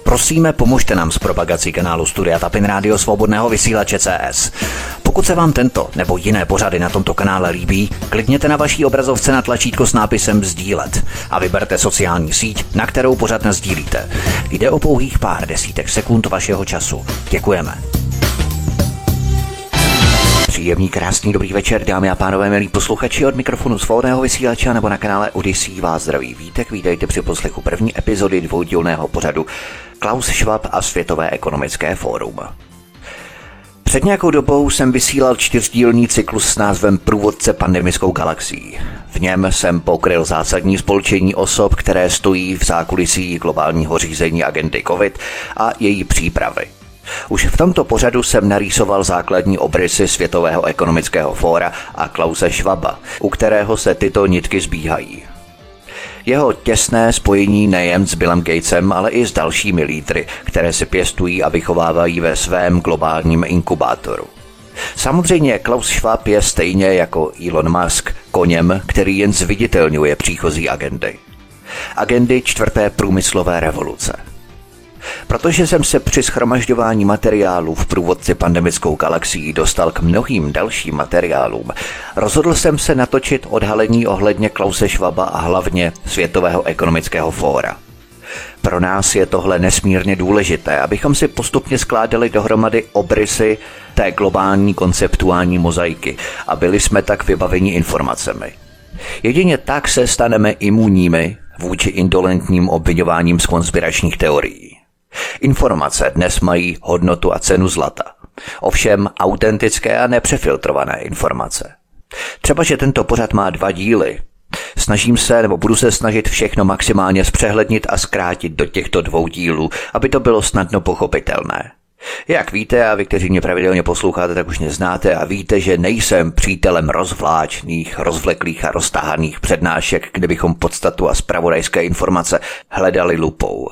Prosíme, pomožte nám s propagací kanálu Studia Tapin Rádio Svobodného vysílače CS. Pokud se vám tento nebo jiné pořady na tomto kanále líbí, klikněte na vaší obrazovce na tlačítko s nápisem sdílet a vyberte sociální síť, na kterou pořad nasdílíte. Jde o pouhých pár desítek sekund vašeho času. Děkujeme. Příjemný, krásný, dobrý večer, dámy a pánové, milí posluchači, od mikrofonu Svobodného vysílače nebo na kanále Odyssey vás zdraví Vítek. Vítejte při poslechu první epizody dvoudílného pořadu Klaus Schwab a Světové ekonomické fórum. Před nějakou dobou jsem vysílal 4dílný cyklus s názvem Průvodce pandemickou galaxií. V něm jsem pokryl zásadní spolčení osob, které stojí v zákulisí globálního řízení agendy COVID a její přípravy. Už v tomto pořadu jsem narýsoval základní obrysy Světového ekonomického fóra a Klause Schwaba, u kterého se tyto nitky zbíhají. Jeho těsné spojení nejen s Billem Gatesem, ale i s dalšími lídry, které se pěstují a vychovávají ve svém globálním inkubátoru. Samozřejmě Klaus Schwab je stejně jako Elon Musk koněm, který jen zviditelňuje příchozí agendy. Agendy čtvrté průmyslové revoluce. Protože jsem se při shromažďování materiálů v Průvodci pandemickou galaxií dostal k mnohým dalším materiálům, rozhodl jsem se natočit odhalení ohledně Klause Schwaba a hlavně Světového ekonomického fóra. Pro nás je tohle nesmírně důležité, abychom si postupně skládali dohromady obrysy té globální konceptuální mozaiky a byli jsme tak vybaveni informacemi. Jedině tak se staneme imunními vůči indolentním obviňováním z konspiračních teorií. Informace dnes mají hodnotu a cenu zlata. Ovšem autentické a nepřefiltrované informace. Třeba, že tento pořad má 2 díly. Budu se snažit všechno maximálně zpřehlednit a zkrátit do těchto 2 dílů, aby to bylo snadno pochopitelné. Jak víte, a vy, kteří mě pravidelně posloucháte, tak už mě znáte a víte, že nejsem přítelem rozvláčných, rozvleklých a roztáhaných přednášek, kde bychom podstatu a zpravodajské informace hledali lupou.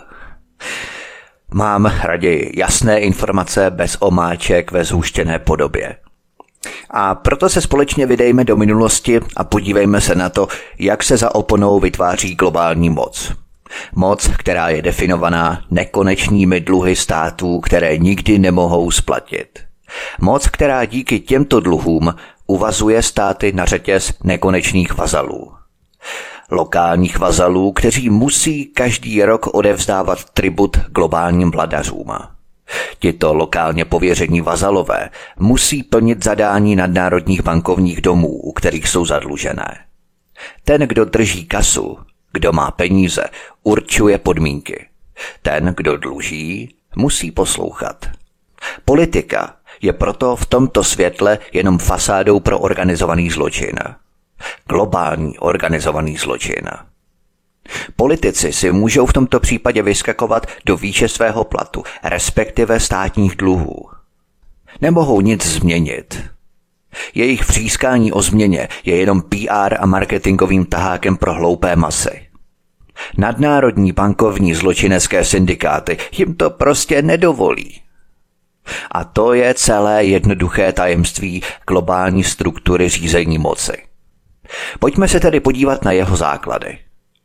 Mám raději jasné informace bez omáček ve zhuštěné podobě. A proto se společně vydejme do minulosti a podívejme se na to, jak se za oponou vytváří globální moc. Moc, která je definovaná nekonečnými dluhy států, které nikdy nemohou splatit. Moc, která díky těmto dluhům uvazuje státy na řetěz nekonečných vazalů. Lokálních vazalů, kteří musí každý rok odevzdávat tribut globálním vladařům. Tito lokálně pověření vazalové musí plnit zadání nadnárodních bankovních domů, u kterých jsou zadlužené. Ten, kdo drží kasu, kdo má peníze, určuje podmínky. Ten, kdo dluží, musí poslouchat. Politika je proto v tomto světle jenom fasádou pro organizovaný zločin. Globální organizovaný zločin. Politici si můžou v tomto případě vyskakovat do výše svého platu, respektive státních dluhů. Nemohou nic změnit. Jejich vřískání o změně je jenom PR a marketingovým tahákem pro hloupé masy. Nadnárodní bankovní zločinecké syndikáty jim to prostě nedovolí. A to je celé jednoduché tajemství globální struktury řízení moci. Pojďme se tedy podívat na jeho základy.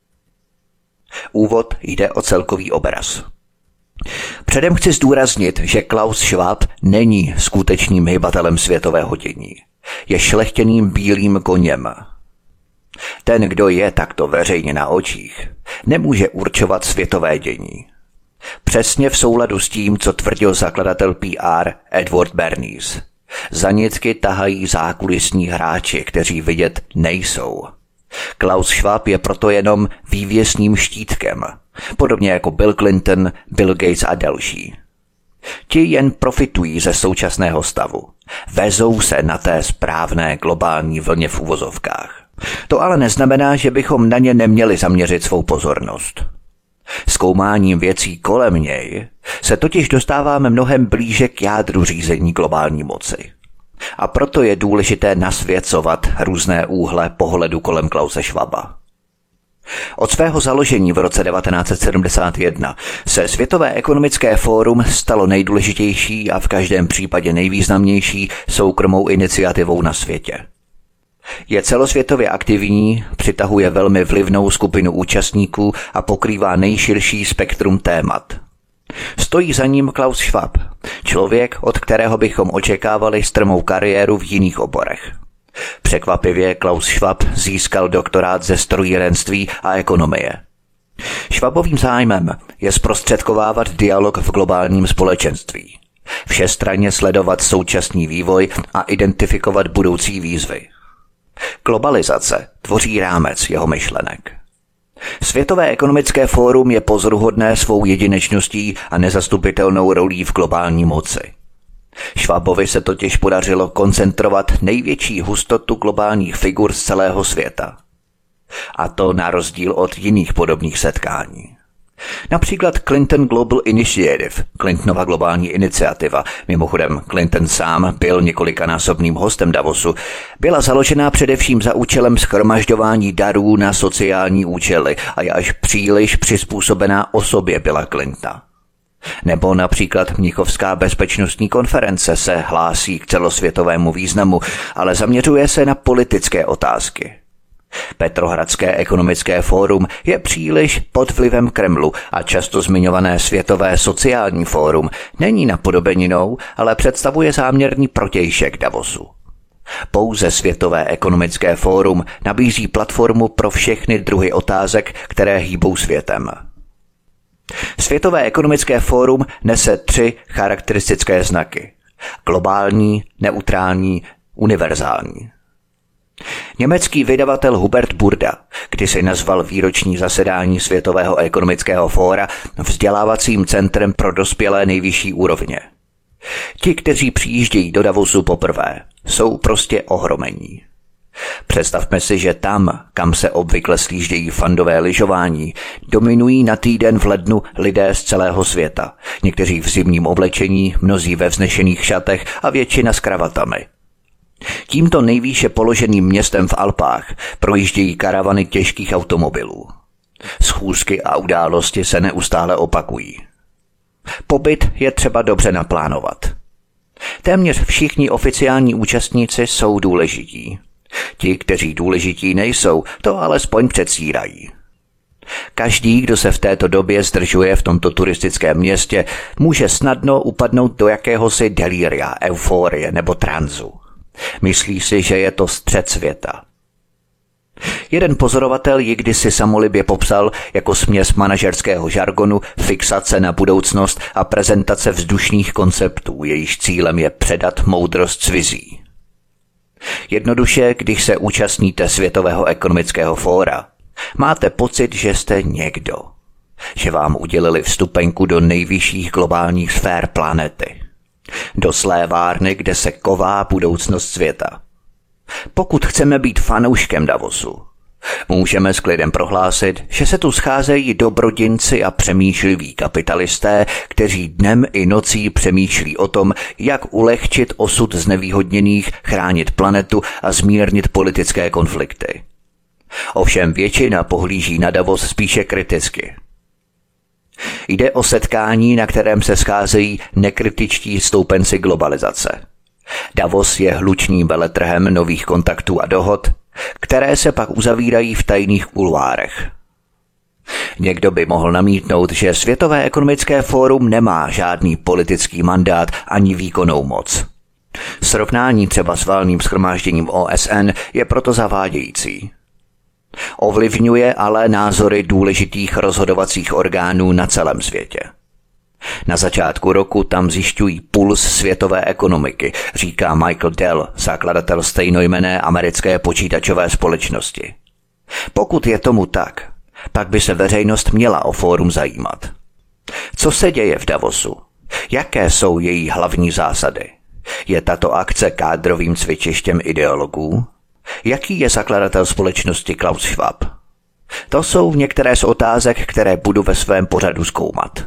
Úvod jde o celkový obraz. Předem chci zdůraznit, že Klaus Schwab není skutečným hybatelem světového dění. Je šlechtěným bílým koněm. Ten, kdo je takto veřejně na očích, nemůže určovat světové dění. Přesně v souladu s tím, co tvrdil zakladatel PR Edward Bernays. Za nitky tahají zákulisní hráči, kteří vidět nejsou. Klaus Schwab je proto jenom vývěsným štítkem, podobně jako Bill Clinton, Bill Gates a další. Ti jen profitují ze současného stavu. Vezou se na té správné globální vlně v uvozovkách. To ale neznamená, že bychom na ně neměli zaměřit svou pozornost. Zkoumáním věcí kolem něj se totiž dostáváme mnohem blíže k jádru řízení globální moci. A proto je důležité nasvěcovat různé úhle pohledu kolem Klause Schwaba. Od svého založení v roce 1971 se Světové ekonomické fórum stalo nejdůležitější a v každém případě nejvýznamnější soukromou iniciativou na světě. Je celosvětově aktivní, přitahuje velmi vlivnou skupinu účastníků a pokrývá nejširší spektrum témat. Stojí za ním Klaus Schwab, člověk, od kterého bychom očekávali strmou kariéru v jiných oborech. Překvapivě Klaus Schwab získal doktorát ze strojírenství a ekonomie. Schwabovým zájmem je zprostředkovávat dialog v globálním společenství, všestranně sledovat současný vývoj a identifikovat budoucí výzvy. Globalizace tvoří rámec jeho myšlenek. Světové ekonomické fórum je pozoruhodné svou jedinečností a nezastupitelnou rolí v globální moci. Schwabovi se totiž podařilo koncentrovat největší hustotu globálních figur z celého světa. A to na rozdíl od jiných podobných setkání. Například Clinton Global Initiative, Clintonova globální iniciativa, mimochodem Clinton sám byl několikanásobným hostem Davosu, byla založena především za účelem shromažďování darů na sociální účely a je až příliš přizpůsobená osobě Billa Clintona. Nebo například Mnichovská bezpečnostní konference se hlásí k celosvětovému významu, ale zaměřuje se na politické otázky. Petrohradské ekonomické fórum je příliš pod vlivem Kremlu a často zmiňované Světové sociální fórum není napodobeninou, ale představuje záměrný protějšek Davosu. Pouze Světové ekonomické fórum nabízí platformu pro všechny druhy otázek, které hýbou světem. Světové ekonomické fórum nese 3 charakteristické znaky. Globální, neutrální, univerzální. Německý vydavatel Hubert Burda kdysi nazval výroční zasedání Světového ekonomického fóra vzdělávacím centrem pro dospělé nejvyšší úrovně. Ti, kteří přijíždějí do Davosu poprvé, jsou prostě ohromení. Představme si, že tam, kam se obvykle slíždějí fandové lyžování, dominují na týden v lednu lidé z celého světa, někteří v zimním oblečení, mnozí ve vznešených šatech a většina s kravatami. Tímto nejvýše položeným městem v Alpách projíždějí karavany těžkých automobilů. Schůzky a události se neustále opakují. Pobyt je třeba dobře naplánovat. Téměř všichni oficiální účastníci jsou důležití. Ti, kteří důležití nejsou, to alespoň předstírají. Každý, kdo se v této době zdržuje v tomto turistickém městě, může snadno upadnout do jakéhosi delíria, euforie nebo tranzu. Myslí si, že je to střed světa. Jeden pozorovatel ji kdysi samolibě popsal jako směs manažerského žargonu, fixace na budoucnost a prezentace vzdušných konceptů, jejíž cílem je předat moudrost s vizí. Jednoduše, když se účastníte Světového ekonomického fóra, máte pocit, že jste někdo. Že vám udělili vstupenku do nejvyšších globálních sfér planety. Do slévárny, kde se ková budoucnost světa. Pokud chceme být fanouškem Davosu, můžeme s klidem prohlásit, že se tu scházejí dobrodinci a přemýšliví kapitalisté, kteří dnem i nocí přemýšlí o tom, jak ulehčit osud znevýhodněných, chránit planetu a zmírnit politické konflikty. Ovšem většina pohlíží na Davos spíše kriticky. Jde o setkání, na kterém se scházejí nekritičtí stoupenci globalizace. Davos je hlučným veletrhem nových kontaktů a dohod, které se pak uzavírají v tajných kuloárech. Někdo by mohl namítnout, že Světové ekonomické fórum nemá žádný politický mandát ani výkonnou moc. Srovnání třeba s valným shromážděním OSN je proto zavádějící. Ovlivňuje ale názory důležitých rozhodovacích orgánů na celém světě. Na začátku roku tam zjišťují puls světové ekonomiky, říká Michael Dell, zakladatel stejnojmenné americké počítačové společnosti. Pokud je tomu tak, pak by se veřejnost měla o fórum zajímat. Co se děje v Davosu? Jaké jsou její hlavní zásady? Je tato akce kádrovým cvičištěm ideologů? Jaký je zakladatel společnosti Klaus Schwab? To jsou některé z otázek, které budu ve svém pořadu zkoumat.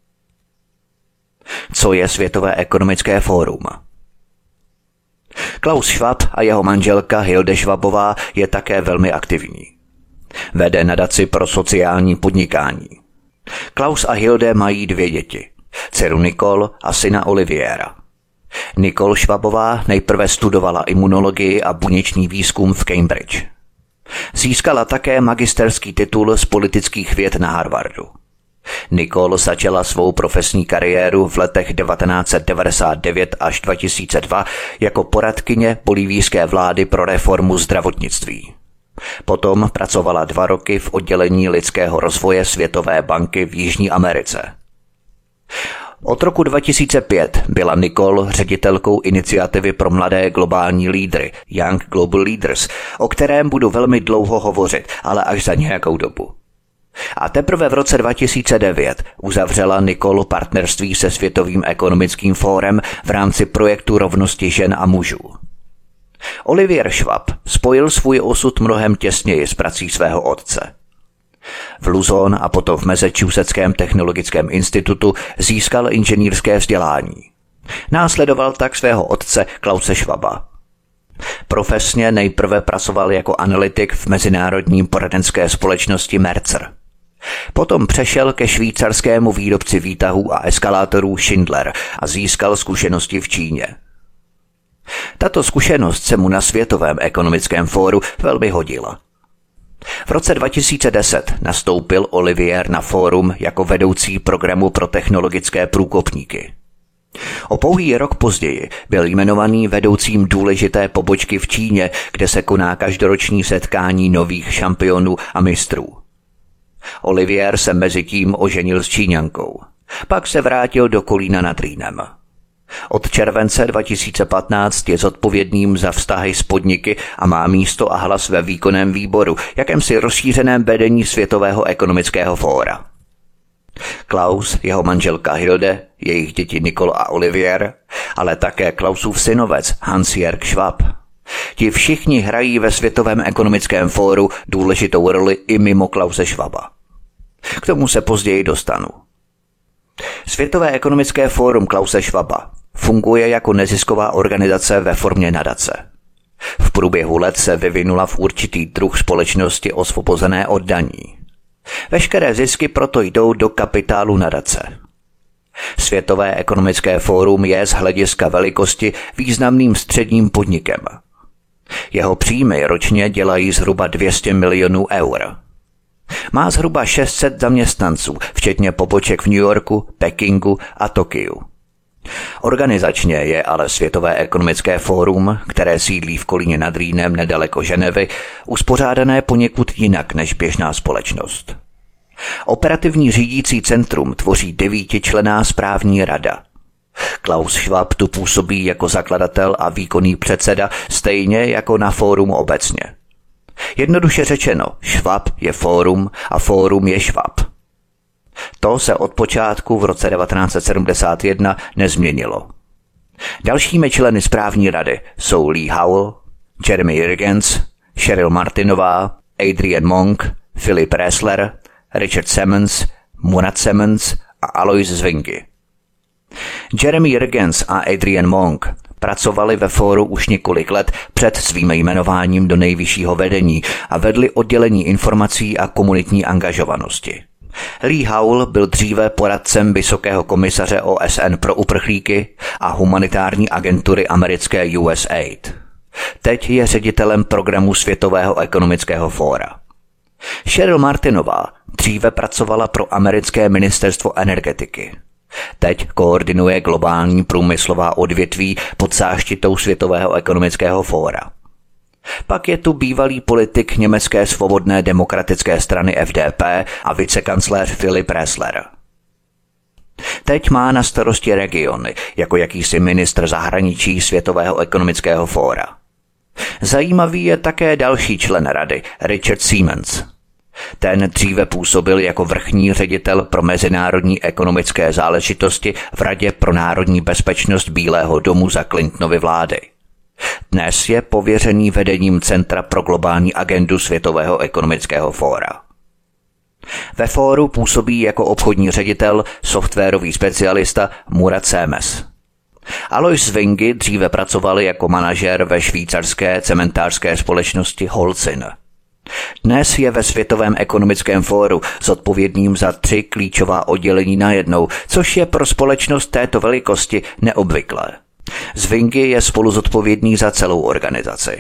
Co je Světové ekonomické fórum? Klaus Schwab a jeho manželka Hilde Schwabová je také velmi aktivní. Vede nadaci pro sociální podnikání. Klaus a Hilde mají 2 děti, dceru Nicole a syna Oliviera. Nicole Schwabová nejprve studovala imunologii a buněčný výzkum v Cambridge. Získala také magisterský titul z politických věd na Harvardu. Nicole začala svou profesní kariéru v letech 1999 až 2002 jako poradkyně bolívijské vlády pro reformu zdravotnictví. Potom pracovala 2 roky v oddělení lidského rozvoje Světové banky v Jižní Americe. Od roku 2005 byla Nicole ředitelkou iniciativy pro mladé globální lídry Young Global Leaders, o kterém budu velmi dlouho hovořit, ale až za nějakou dobu. A teprve v roce 2009 uzavřela Nicole partnerství se Světovým ekonomickým fórem v rámci projektu rovnosti žen a mužů. Olivier Schwab spojil svůj osud mnohem těsněji s prací svého otce. V Luzon a potom v Massachusettském technologickém institutu získal inženýrské vzdělání. Následoval tak svého otce Klause Schwaba. Profesně nejprve pracoval jako analytik v mezinárodní poradenské společnosti Mercer. Potom přešel ke švýcarskému výrobci výtahů a eskalátorů Schindler a získal zkušenosti v Číně. Tato zkušenost se mu na Světovém ekonomickém fóru velmi hodila. V roce 2010 nastoupil Olivier na fórum jako vedoucí programu pro technologické průkopníky. O pouhý rok později byl jmenovaný vedoucím důležité pobočky v Číně, kde se koná každoroční setkání nových šampionů a mistrů. Olivier se mezitím oženil s Číňankou. Pak se vrátil do Kolína nad Rýnem. Od července 2015 je zodpovědným za vztahy s podniky a má místo a hlas ve výkonném výboru, jakémsi rozšířeném vedení Světového ekonomického fóra. Klaus, jeho manželka Hilde, jejich děti Nicole a Olivier, ale také Klausův synovec Hans-Jörg Schwab. Ti všichni hrají ve Světovém ekonomickém fóru důležitou roli i mimo Klause Schwaba. K tomu se později dostanu. Světové ekonomické fórum Klause Schwaba funguje jako nezisková organizace ve formě nadace. V průběhu let se vyvinula v určitý druh společnosti osvobozené od daní. Veškeré zisky proto jdou do kapitálu nadace. Světové ekonomické fórum je z hlediska velikosti významným středním podnikem. Jeho příjmy ročně dělají zhruba 200 milionů eur. Má zhruba 600 zaměstnanců, včetně poboček v New Yorku, Pekingu a Tokiu. Organizačně je ale Světové ekonomické fórum, které sídlí v Kolíně nad Rýnem nedaleko Ženevy, uspořádané poněkud jinak než běžná společnost. Operativní řídící centrum tvoří 9členná správní rada. Klaus Schwab tu působí jako zakladatel a výkonný předseda, stejně jako na fórum obecně. Jednoduše řečeno, Schwab je fórum a fórum je Schwab. To se od počátku v roce 1971 nezměnilo. Dalšími členy správní rady jsou Lee Howell, Jeremy Jürgens, Cheryl Martinová, Adrian Monk, Philip Ressler, Richard Simmons, Murat Simmons a Alois Zwingy. Jeremy Jürgens a Adrian Monk pracovali ve fóru už několik let před svým jmenováním do nejvyššího vedení a vedli oddělení informací a komunitní angažovanosti. Lee Howell byl dříve poradcem Vysokého komisaře OSN pro uprchlíky a humanitární agentury americké USAID. Teď je ředitelem programu Světového ekonomického fóra. Cheryl Martinová dříve pracovala pro americké ministerstvo energetiky. Teď koordinuje globální průmyslová odvětví pod záštitou Světového ekonomického fóra. Pak je tu bývalý politik Německé svobodné demokratické strany FDP a vicekancléř Philip Ressler. Teď má na starosti regiony, jako jakýsi ministr zahraničí Světového ekonomického fóra. Zajímavý je také další člen rady, Richard Siemens. Ten dříve působil jako vrchní ředitel pro mezinárodní ekonomické záležitosti v Radě pro národní bezpečnost Bílého domu za Clintonovy vlády. Dnes je pověřený vedením Centra pro globální agendu Světového ekonomického fóra. Ve fóru působí jako obchodní ředitel softwarový specialista Murat Simmons. Alois Zwingy dříve pracoval jako manažer ve švýcarské cementářské společnosti Holcim. Dnes je ve Světovém ekonomickém fóru zodpovědným za 3 klíčová oddělení najednou, což je pro společnost této velikosti neobvyklé. Zwingy je spoluzodpovědný za celou organizaci.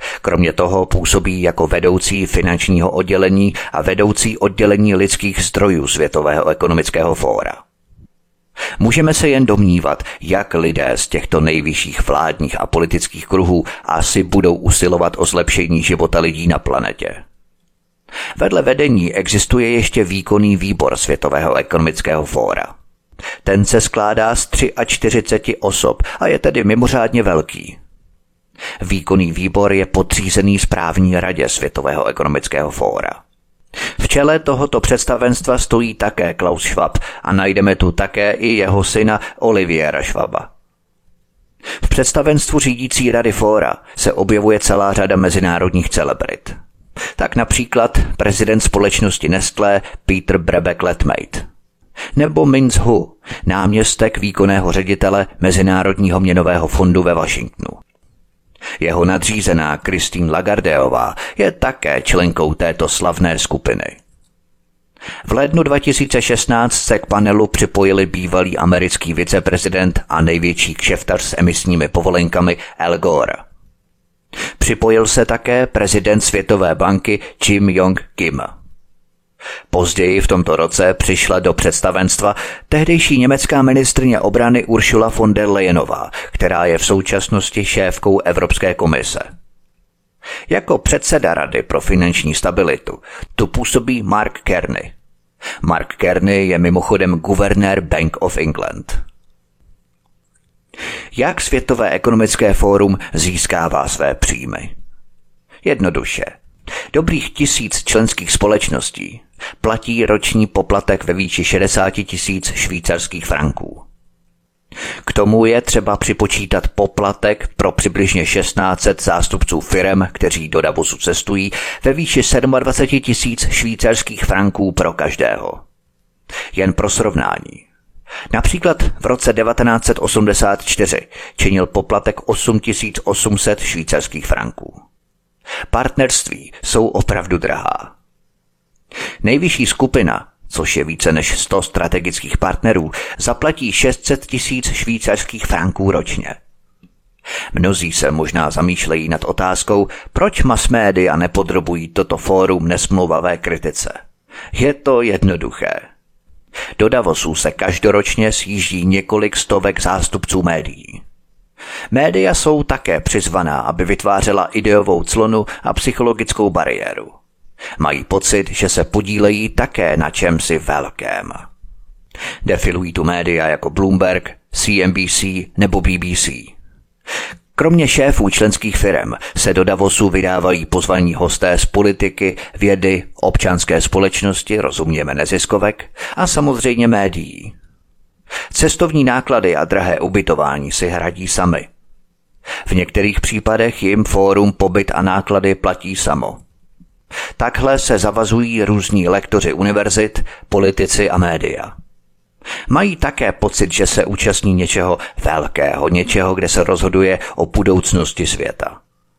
Kromě toho působí jako vedoucí finančního oddělení a vedoucí oddělení lidských zdrojů Světového ekonomického fóra. Můžeme se jen domnívat, jak lidé z těchto nejvyšších vládních a politických kruhů asi budou usilovat o zlepšení života lidí na planetě. Vedle vedení existuje ještě výkonný výbor Světového ekonomického fóra. Ten se skládá z 43 osob a je tedy mimořádně velký. Výkonný výbor je podřízený správní radě Světového ekonomického fóra. V čele tohoto představenstva stojí také Klaus Schwab a najdeme tu také i jeho syna Oliviera Schwaba. V představenstvu řídící rady fóra se objevuje celá řada mezinárodních celebrit. Tak například prezident společnosti Nestlé Peter Brabeck-Letmathe nebo Min Hu, náměstek výkonného ředitele Mezinárodního měnového fondu ve Washingtonu. Jeho nadřízená Christine Lagardeová je také členkou této slavné skupiny. V lednu 2016 se k panelu připojili bývalý americký viceprezident a největší kšeftař s emisními povolenkami Al Gore. Připojil se také prezident Světové banky Jim Yong Kim. Později v tomto roce přišla do představenstva tehdejší německá ministryně obrany Ursula von der Leyenová, která je v současnosti šéfkou Evropské komise. Jako předseda Rady pro finanční stabilitu tu působí Mark Carney. Mark Carney je mimochodem guvernér Bank of England. Jak Světové ekonomické fórum získává své příjmy? Jednoduše. Dobrých 1000 členských společností platí roční poplatek ve výši 60 000 švýcarských franků. K tomu je třeba připočítat poplatek pro přibližně 1600 zástupců firem, kteří do Davosu cestují, ve výši 27 000 švýcarských franků pro každého. Jen pro srovnání. Například v roce 1984 činil poplatek 8800 švýcarských franků. Partnerství jsou opravdu drahá. Nejvyšší skupina, což je více než 100 strategických partnerů, zaplatí 600 000 švýcarských franků ročně. Mnozí se možná zamýšlejí nad otázkou, proč masmédia nepodrobují toto fórum nesmlouvavé kritice. Je to jednoduché. Do Davosu se každoročně sjíždí několik stovek zástupců médií. Média jsou také přizvaná, aby vytvářela ideovou clonu a psychologickou bariéru. Mají pocit, že se podílejí také na čemsi velkém. Defilují tu média jako Bloomberg, CNBC nebo BBC. Kromě šéfů členských firem se do Davosu vydávají pozvaní hosté z politiky, vědy, občanské společnosti, rozumějme neziskovek, a samozřejmě médií. Cestovní náklady a drahé ubytování si hradí sami. V některých případech jim fórum pobyt a náklady platí samo. Takhle se zavazují různí lektoři univerzit, politici a média. Mají také pocit, že se účastní něčeho velkého, něčeho, kde se rozhoduje o budoucnosti světa.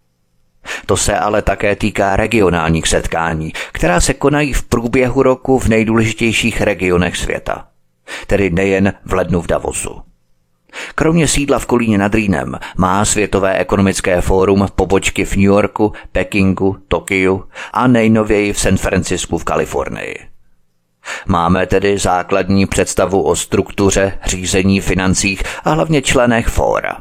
To se ale také týká regionálních setkání, která se konají v průběhu roku v nejdůležitějších regionech světa. Tedy nejen v lednu v Davosu. Kromě sídla v Kolíně nad Rýnem má Světové ekonomické fórum pobočky v New Yorku, Pekingu, Tokiu a nejnověji v San Francisku v Kalifornii. Máme tedy základní představu o struktuře, řízení, financích a hlavně členech fóra.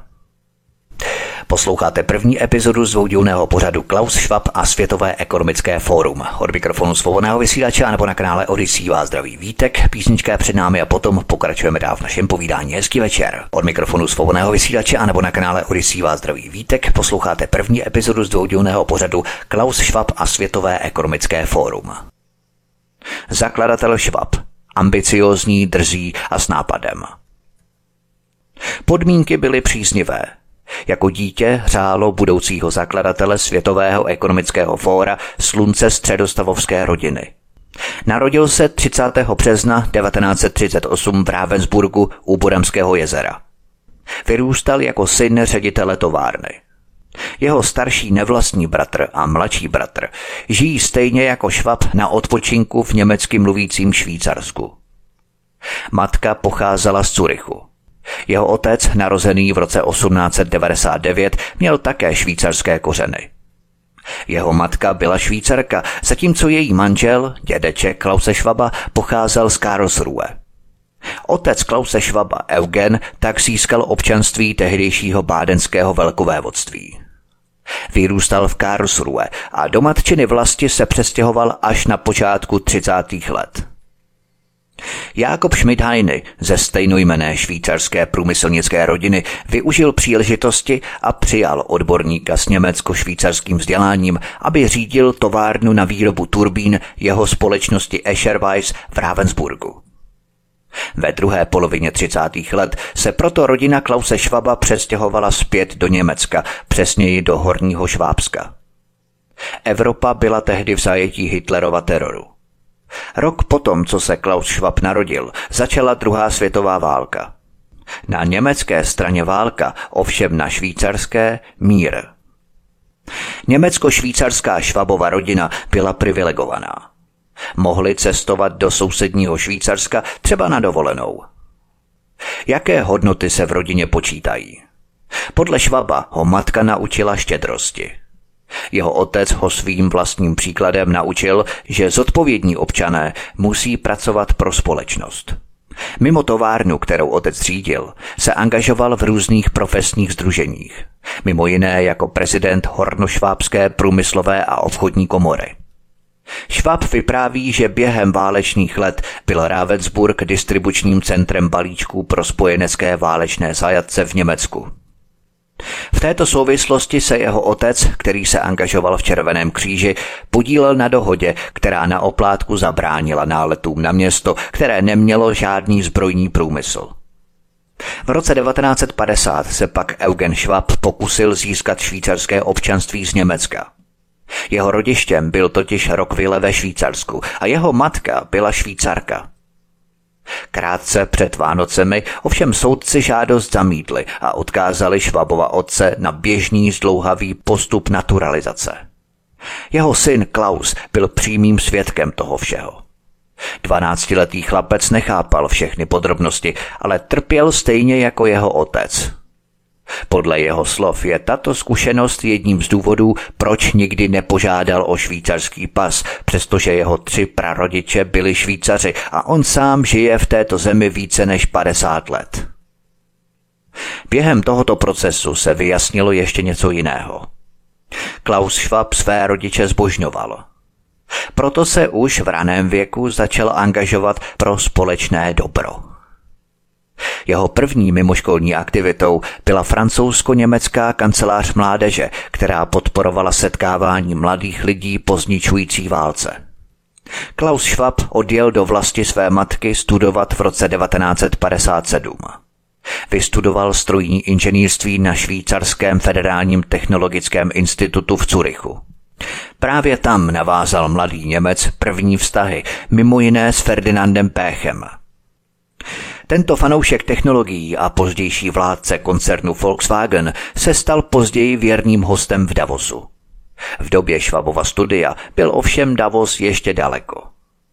Posloucháte první epizodu z dvoudílného pořadu Klaus Schwab a Světové ekonomické fórum. Od mikrofonu Svobodného vysílače nebo na kanále Odyssey vás zdraví Vítek, písnička je před námi a potom pokračujeme dál v našem povídání. Hezký večer. Od mikrofonu Svobodného vysílače nebo na kanále Odyssey vás zdraví Vítek, posloucháte první epizodu z dvoudílného pořadu Klaus Schwab a Světové ekonomické fórum. Zakladatel Schwab, ambiciózní, drzý a s nápadem. Podmínky byly příznivé. Jako dítě hřálo budoucího zakladatele Světového ekonomického fóra slunce středostavovské rodiny. Narodil se 30. března 1938 v Ravensburgu u Bodamského jezera. Vyrůstal jako syn ředitele továrny. Jeho starší nevlastní bratr a mladší bratr žijí stejně jako Schwab na odpočinku v německy mluvícím Švýcarsku. Matka pocházela z Curychu. Jeho otec, narozený v roce 1899, měl také švýcarské kořeny. Jeho matka byla Švýcarka, zatímco její manžel, dědeček Klause Schwaba, pocházel z Karlsruhe. Otec Klause Schwaba, Eugen, tak získal občanství tehdejšího bádenského velkovévodství. Vyrůstal v Karlsruhe a do matčiny vlasti se přestěhoval až na počátku 30. let. Jakob Schmidheiny ze stejnojmenné švýcarské průmyslnické rodiny využil příležitosti a přijal odborníka s německo-švýcarským vzděláním, aby řídil továrnu na výrobu turbín jeho společnosti Escherweiss v Ravensburgu. Ve druhé polovině 30. let se proto rodina Klause Schwaba přestěhovala zpět do Německa, přesněji do Horního Švábska. Evropa byla tehdy v zajetí Hitlerova teroru. Rok potom, co se Klaus Schwab narodil, začala druhá světová válka. Na německé straně válka, ovšem na švýcarské mír. Německo-švýcarská Schwabova rodina byla privilegovaná. Mohli cestovat do sousedního Švýcarska třeba na dovolenou. Jaké hodnoty se v rodině počítají? Podle Schwaba ho matka naučila štědrosti. Jeho otec ho svým vlastním příkladem naučil, že zodpovědní občané musí pracovat pro společnost. Mimo továrnu, kterou otec řídil, se angažoval v různých profesních sdruženích, mimo jiné jako prezident Hornošvábské průmyslové a obchodní komory. Schwab vypráví, že během válečných let byl Ravensburg distribučním centrem balíčků pro spojenecké válečné zajatce v Německu. V této souvislosti se jeho otec, který se angažoval v Červeném kříži, podílel na dohodě, která na oplátku zabránila náletům na město, které nemělo žádný zbrojní průmysl. V roce 1950 se pak Eugen Schwab pokusil získat švýcarské občanství z Německa. Jeho rodištěm byl totiž Rockville ve Švýcarsku a jeho matka byla Švýcarka. Krátce před Vánocemi ovšem soudci žádost zamítli a odkázali Schwabova otce na běžný zdlouhavý postup naturalizace. Jeho syn Klaus byl přímým svědkem toho všeho. 12letý chlapec nechápal všechny podrobnosti, ale trpěl stejně jako jeho otec. Podle jeho slov je tato zkušenost jedním z důvodů, proč nikdy nepožádal o švýcarský pas, přestože jeho 3 prarodiče byli Švýcaři a on sám žije v této zemi více než 50 let. Během tohoto procesu se vyjasnilo ještě něco jiného. Klaus Schwab své rodiče zbožňoval. Proto se už v raném věku začal angažovat pro společné dobro. Jeho první mimoškolní aktivitou byla francouzsko-německá kancelář mládeže, která podporovala setkávání mladých lidí po zničující válce. Klaus Schwab odjel do vlasti své matky studovat v roce 1957. Vystudoval strojní inženýrství na švýcarském federálním technologickém institutu v Curychu. Právě tam navázal mladý Němec první vztahy, mimo jiné s Ferdinandem Péchem. Tento fanoušek technologií a pozdější vládce koncernu Volkswagen se stal později věrným hostem v Davosu. V době Schwabova studia byl ovšem Davos ještě daleko.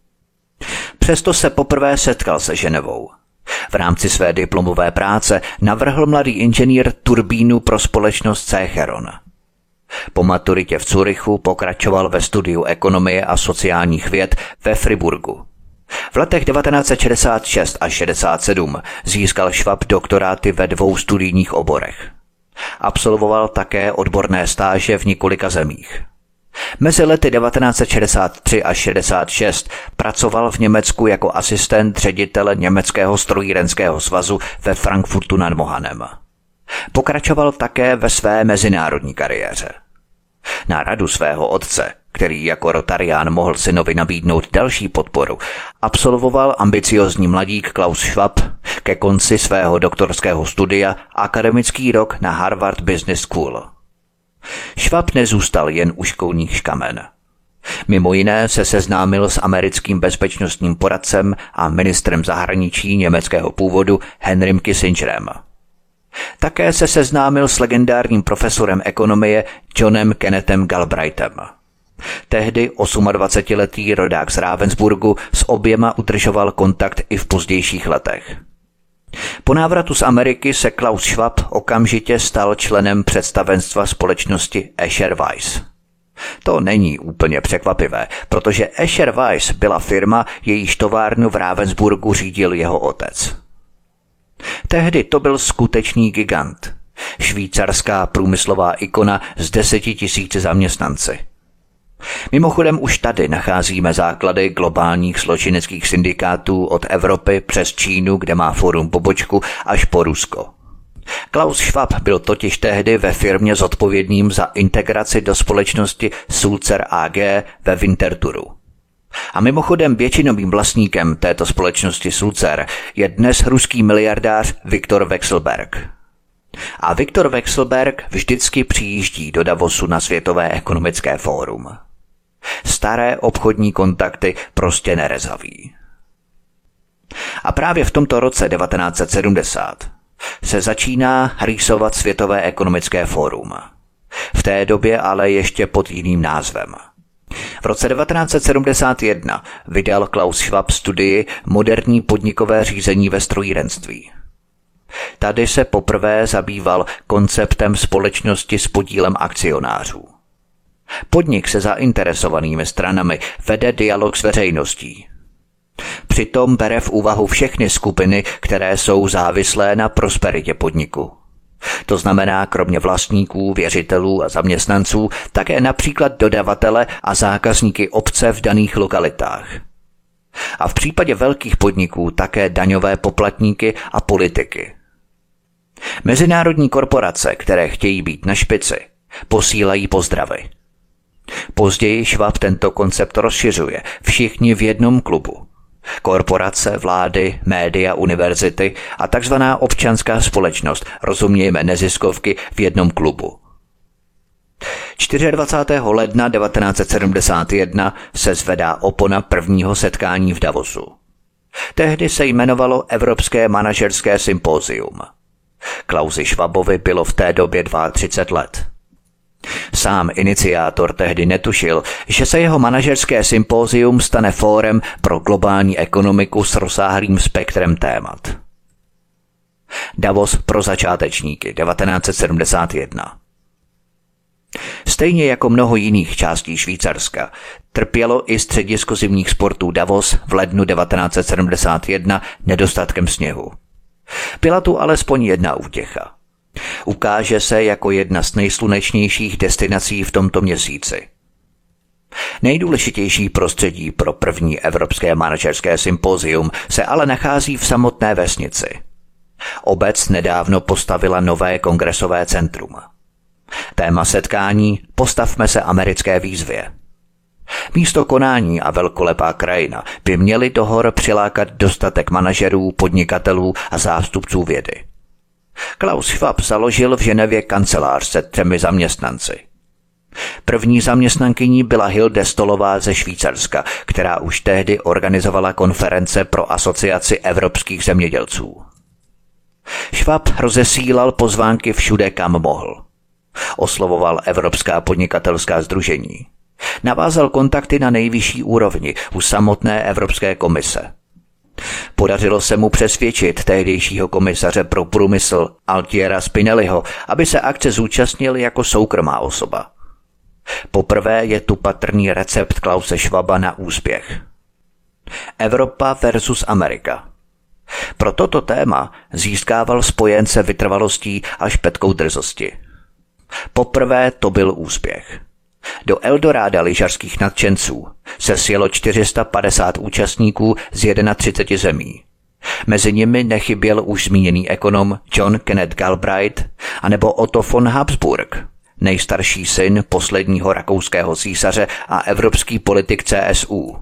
Přesto se poprvé setkal se Ženevou. V rámci své diplomové práce navrhl mladý inženýr turbínu pro společnost Cecheron. Po maturitě v Curychu pokračoval ve studiu ekonomie a sociálních věd ve Friburgu. V letech 1966 až 67 získal Schwab doktoráty ve 2 studijních oborech. Absolvoval také odborné stáže v několika zemích. Mezi lety 1963 až 66 pracoval v Německu jako asistent ředitele Německého strojírenského svazu ve Frankfurtu nad Mohanem. Pokračoval také ve své mezinárodní kariéře. Na radu svého otce, který jako rotarián mohl synovi nabídnout další podporu, absolvoval ambiciózní mladík Klaus Schwab ke konci svého doktorského studia akademický rok na Harvard Business School. Schwab nezůstal jen u školních škamen. Mimo jiné se seznámil s americkým bezpečnostním poradcem a ministrem zahraničí německého původu Henrym Kissingerem. Také se seznámil s legendárním profesorem ekonomie Johnem Kennethem Galbraithem. Tehdy 28letý rodák z Ravensburgu s oběma udržoval kontakt i v pozdějších letech. Po návratu z Ameriky se Klaus Schwab okamžitě stal členem představenstva společnosti Escherweiss. To není úplně překvapivé, protože Escher Wyss byla firma, jejíž továrnu v Ravensburgu řídil jeho otec. Tehdy to byl skutečný gigant. Švýcarská průmyslová ikona s 10 000 zaměstnanci. Mimochodem už tady nacházíme základy globálních zločineckých syndikátů od Evropy přes Čínu, kde má forum pobočku, až po Rusko. Klaus Schwab byl totiž tehdy ve firmě zodpovědným za integraci do společnosti Sulzer AG ve Winterthuru. A mimochodem většinovým vlastníkem této společnosti Sulzer je dnes ruský miliardář Viktor Vekselberg. A Viktor Vekselberg vždycky přijíždí do Davosu na Světové ekonomické fórum. Staré obchodní kontakty prostě nerezaví. A právě v tomto roce 1970 se začíná rýsovat Světové ekonomické fórum. V té době ale ještě pod jiným názvem. V roce 1971 vydal Klaus Schwab studii Moderní podnikové řízení ve strojírenství. Tady se poprvé zabýval konceptem společnosti s podílem akcionářů. Podnik se zainteresovanými stranami vede dialog s veřejností. Přitom bere v úvahu všechny skupiny, které jsou závislé na prosperitě podniku. To znamená kromě vlastníků, věřitelů a zaměstnanců také například dodavatele a zákazníky obce v daných lokalitách. A v případě velkých podniků také daňové poplatníky a politiky. Mezinárodní korporace, které chtějí být na špici, posílají pozdravy. Později Schwab tento koncept rozšiřuje, všichni v jednom klubu. Korporace, vlády, média, univerzity a takzvaná občanská společnost, rozumějme neziskovky, v jednom klubu. 24. ledna 1971 se zvedá opona prvního setkání v Davosu. Tehdy se jmenovalo Evropské manažerské sympózium. Klausi Schwabovi bylo v té době 32 let. Sám iniciátor tehdy netušil, že se jeho manažerské sympózium stane fórem pro globální ekonomiku s rozsáhlým spektrem témat. Davos pro začátečníky 1971. Stejně jako mnoho jiných částí Švýcarska trpělo i středisko zimních sportů Davos v lednu 1971 nedostatkem sněhu. Byla tu alespoň jedna útěcha. Ukáže se jako jedna z nejslunečnějších destinací v tomto měsíci. Nejdůležitější prostředí pro první evropské manažerské sympózium se ale nachází v samotné vesnici. Obec nedávno postavila nové kongresové centrum. Téma setkání Postavme se americké výzvě. Místo konání a velkolepá krajina by měly do hor přilákat dostatek manažerů, podnikatelů a zástupců vědy. Klaus Schwab založil v Ženevě kancelář se 3 zaměstnanci. První zaměstnankyní byla Hilde Stolová ze Švýcarska, která už tehdy organizovala konference pro asociaci evropských zemědělců. Schwab rozesílal pozvánky všude, kam mohl. Oslovoval evropská podnikatelská sdružení. Navázal kontakty na nejvyšší úrovni u samotné Evropské komise. Podařilo se mu přesvědčit tehdejšího komisaře pro průmysl Altiera Spinelliho, aby se akce zúčastnil jako soukromá osoba. Poprvé je tu patrný recept Klause Schwaba na úspěch. Evropa versus Amerika. Pro toto téma získával spojence vytrvalostí a špetkou drzosti. Poprvé to byl úspěch. Do Eldoráda lyžařských nadšenců se sjelo 450 účastníků z 31 zemí. Mezi nimi nechyběl už zmíněný ekonom John Kenneth Galbraith anebo Otto von Habsburg, nejstarší syn posledního rakouského císaře a evropský politik CSU.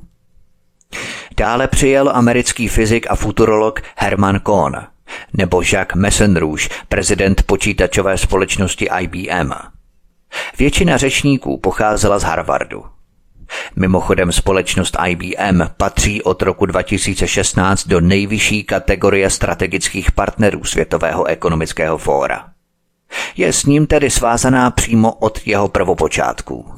Dále přijel americký fyzik a futurolog Hermann Kohn nebo Jacques Messenrouge, prezident počítačové společnosti IBM. Většina řečníků pocházela z Harvardu. Mimochodem společnost IBM patří od roku 2016 do nejvyšší kategorie strategických partnerů Světového ekonomického fóra. Je s ním tedy svázaná přímo od jeho prvopočátků.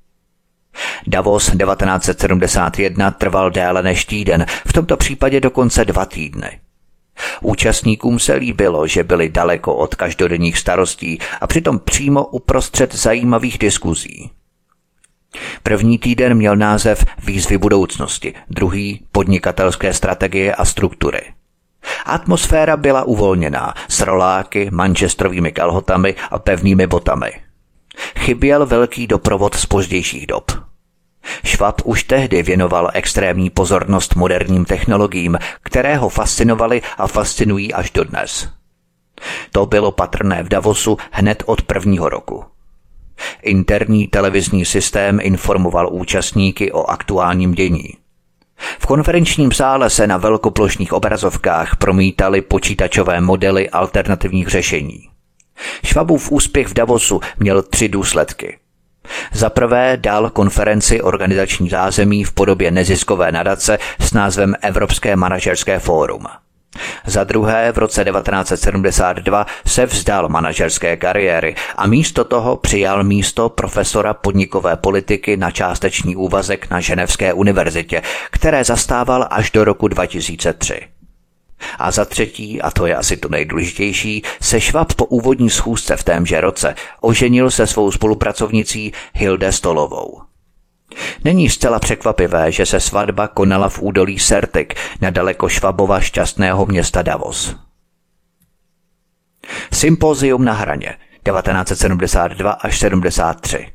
Davos 1971 trval déle než týden, v tomto případě dokonce 2 týdny. Účastníkům se líbilo, že byli daleko od každodenních starostí a přitom přímo uprostřed zajímavých diskuzí. První týden měl název Výzvy budoucnosti, druhý Podnikatelské strategie a struktury. Atmosféra byla uvolněná s roláky, manchesterovými kalhotami a pevnými botami. Chyběl velký doprovod z pozdějších dob. Schwab už tehdy věnoval extrémní pozornost moderním technologiím, které ho fascinovaly a fascinují až dodnes. To bylo patrné v Davosu hned od prvního roku. Interní televizní systém informoval účastníky o aktuálním dění. V konferenčním sále se na velkoplošných obrazovkách promítaly počítačové modely alternativních řešení. Schwabův úspěch v Davosu měl 3 důsledky. Za prvé dal konferenci organizační zázemí v podobě neziskové nadace s názvem Evropské manažerské fórum. Za druhé v roce 1972 se vzdal manažerské kariéry a místo toho přijal místo profesora podnikové politiky na částečný úvazek na Ženevské univerzitě, které zastával až do roku 2003. A za třetí, a to je asi to nejdůležitější, se Schwab po úvodní schůzce v témže roce oženil se svou spolupracovnicí Hilde Stolovou. Není zcela překvapivé, že se svatba konala v údolí Sertic, nedaleko Schwabova šťastného města Davos. Sympozium na hraně 1972 až 73.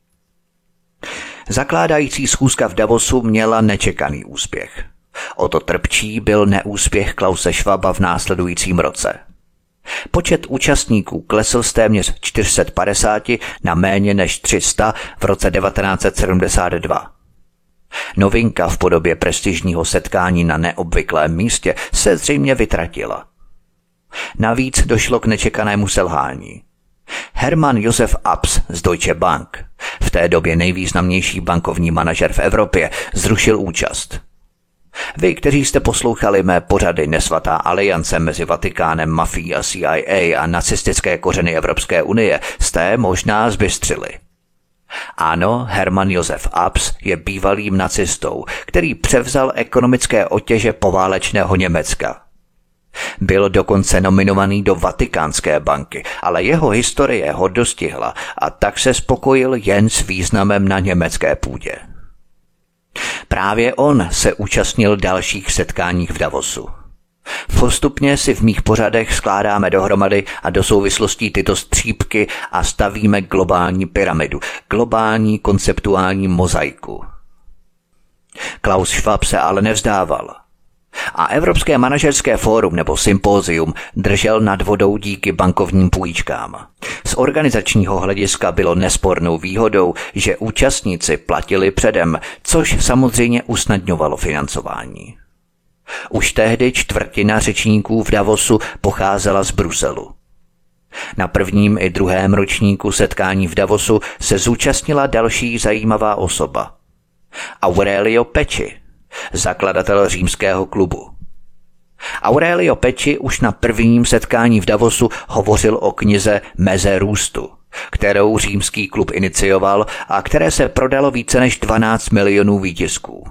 Zakládající schůzka v Davosu měla nečekaný úspěch. O to trpčí byl neúspěch Klause Schwaba v následujícím roce. Počet účastníků klesl z téměř 450 na méně než 300 v roce 1972. Novinka v podobě prestižního setkání na neobvyklém místě se zřejmě vytratila. Navíc došlo k nečekanému selhání. Hermann Josef Abs z Deutsche Bank, v té době nejvýznamnější bankovní manažer v Evropě, zrušil účast. Vy, kteří jste poslouchali mé pořady Nesvatá aliance mezi Vatikánem, mafií a CIA a nacistické kořeny Evropské unie, jste možná zbystřili. Ano, Hermann Josef Abs je bývalým nacistou, který převzal ekonomické otěže poválečného Německa. Byl dokonce nominovaný do Vatikánské banky, ale jeho historie ho dostihla a tak se spokojil jen s významem na německé půdě. Právě on se účastnil dalších setkáních v Davosu. Postupně si v mých pořadech skládáme dohromady a do souvislostí tyto střípky a stavíme globální pyramidu, globální konceptuální mozaiku. Klaus Schwab se ale nevzdával. A Evropské manažerské fórum nebo sympózium držel nad vodou díky bankovním půjčkám. Z organizačního hlediska bylo nespornou výhodou, že účastníci platili předem, což samozřejmě usnadňovalo financování. Už tehdy 1/4 řečníků v Davosu pocházela z Bruselu. Na prvním i druhém ročníku setkání v Davosu se zúčastnila další zajímavá osoba. Aurelio Peccei, zakladatel Římského klubu. Aurelio Peccei už na prvním setkání v Davosu hovořil o knize Meze růstu, kterou Římský klub inicioval a které se prodalo více než 12 milionů výtisků.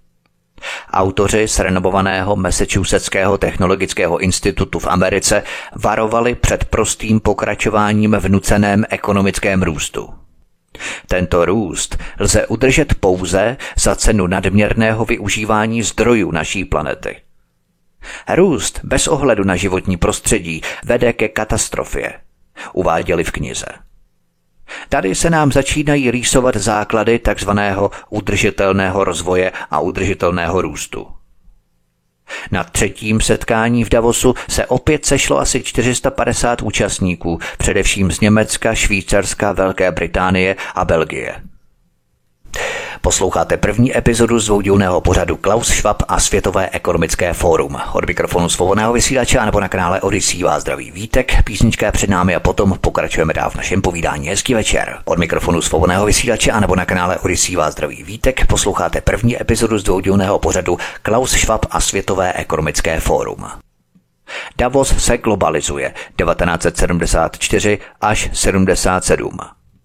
Autoři z renomovaného Massachusettského technologického institutu v Americe varovali před prostým pokračováním v nuceném ekonomickém růstu. Tento růst lze udržet pouze za cenu nadměrného využívání zdrojů naší planety. Růst bez ohledu na životní prostředí vede ke katastrofě, uváděli v knize. Tady se nám začínají rýsovat základy takzvaného udržitelného rozvoje a udržitelného růstu. Na třetím setkání v Davosu se opět sešlo asi 450 účastníků, především z Německa, Švýcarska, Velké Británie a Belgie. Posloucháte první epizodu z dvoudílného pořadu Klaus Schwab a Světové ekonomické fórum. Od mikrofonu Svobodného vysílače a nebo na kanále Odyssey vás zdraví Vítek, písnička je před námi a potom pokračujeme dál v našem povídání. Hezký večer. Od mikrofonu Svobodného vysílače a nebo na kanále Odyssey vás zdraví Vítek, posloucháte první epizodu z dvoudílného pořadu Klaus Schwab a Světové ekonomické fórum. Davos se globalizuje 1974 až 77.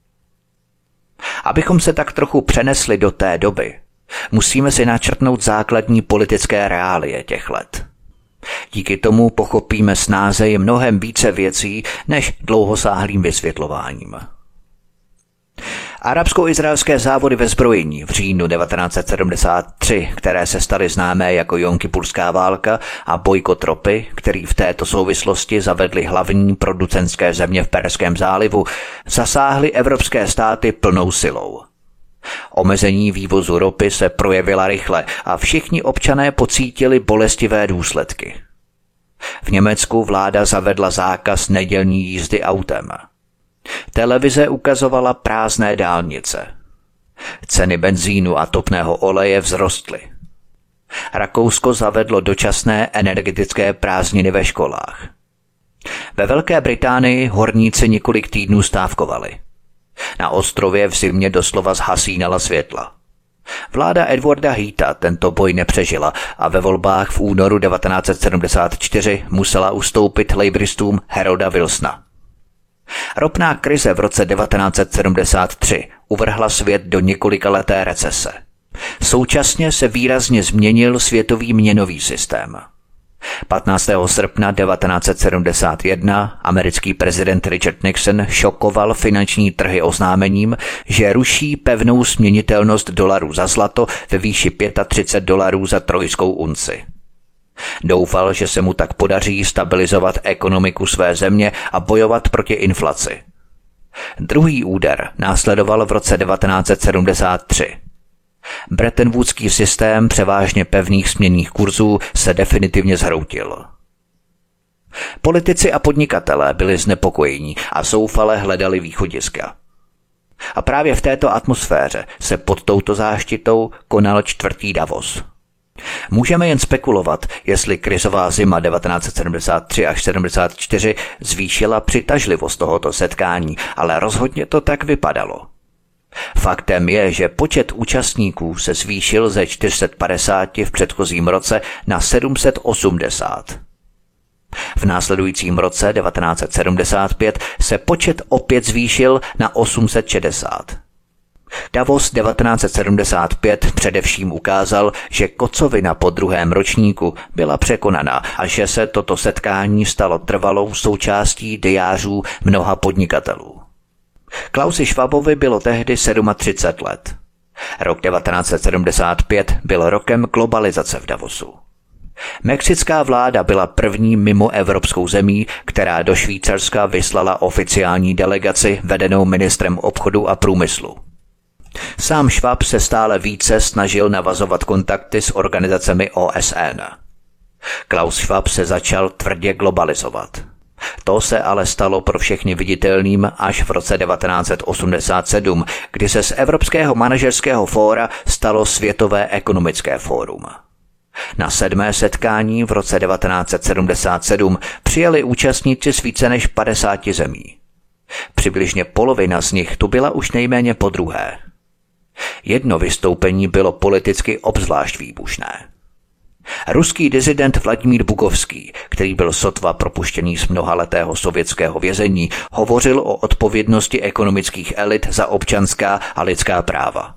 Abychom se tak trochu přenesli do té doby, musíme si načrtnout základní politické reálie těch let. Díky tomu pochopíme snáze mnohem více věcí než dlouhosáhlým vysvětlováním. Arabsko-izraelské závody ve zbrojení v říjnu 1973, které se staly známé jako Jomkipurská válka, a bojkot ropy, který v této souvislosti zavedly hlavní producentské země v Perském zálivu, zasáhly evropské státy plnou silou. Omezení vývozu ropy se projevila rychle a všichni občané pocítili bolestivé důsledky. V Německu vláda zavedla zákaz nedělní jízdy autem. Televize ukazovala prázdné dálnice. Ceny benzínu a topného oleje vzrostly. Rakousko zavedlo dočasné energetické prázdniny ve školách. Ve Velké Británii horníci několik týdnů stávkovali. Na ostrově v zimě doslova zhasínala světla. Vláda Edwarda Heatha tento boj nepřežila a ve volbách v únoru 1974 musela ustoupit labouristům Harolda Wilsona. Ropná krize v roce 1973 uvrhla svět do několikaleté recese. Současně se výrazně změnil světový měnový systém. 15. srpna 1971 americký prezident Richard Nixon šokoval finanční trhy oznámením, že ruší pevnou směnitelnost dolarů za zlato ve výši $35 za trojskou unci. Doufal, že se mu tak podaří stabilizovat ekonomiku své země a bojovat proti inflaci. Druhý úder následoval v roce 1973. Brettonwoodský systém převážně pevných směnných kurzů se definitivně zhroutil. Politici a podnikatelé byli znepokojení a zoufale hledali východiska. A právě v této atmosféře se pod touto záštitou konal 4. Davos. Můžeme jen spekulovat, jestli krizová zima 1973 až 1974 zvýšila přitažlivost tohoto setkání, ale rozhodně to tak vypadalo. Faktem je, že počet účastníků se zvýšil ze 450 v předchozím roce na 780. V následujícím roce 1975 se počet opět zvýšil na 860. Davos 1975 především ukázal, že kocovina po druhém ročníku byla překonaná a že se toto setkání stalo trvalou součástí diářů mnoha podnikatelů. Klausi Schwabovi bylo tehdy 37 let. Rok 1975 byl rokem globalizace v Davosu. Mexická vláda byla první mimoevropskou zemí, která do Švýcarska vyslala oficiální delegaci vedenou ministrem obchodu a průmyslu. Sám Schwab se stále více snažil navazovat kontakty s organizacemi OSN. Klaus Schwab se začal tvrdě globalizovat. To se ale stalo pro všechny viditelným až v roce 1987, kdy se z Evropského manažerského fóra stalo Světové ekonomické fórum. Na 7. setkání v roce 1977 přijeli účastníci z více než 50 zemí. Přibližně polovina z nich tu byla už nejméně podruhé. Jedno vystoupení bylo politicky obzvlášť výbušné. Ruský disident Vladimír Bukovský, který byl sotva propuštěný z mnohaletého sovětského vězení, hovořil o odpovědnosti ekonomických elit za občanská a lidská práva.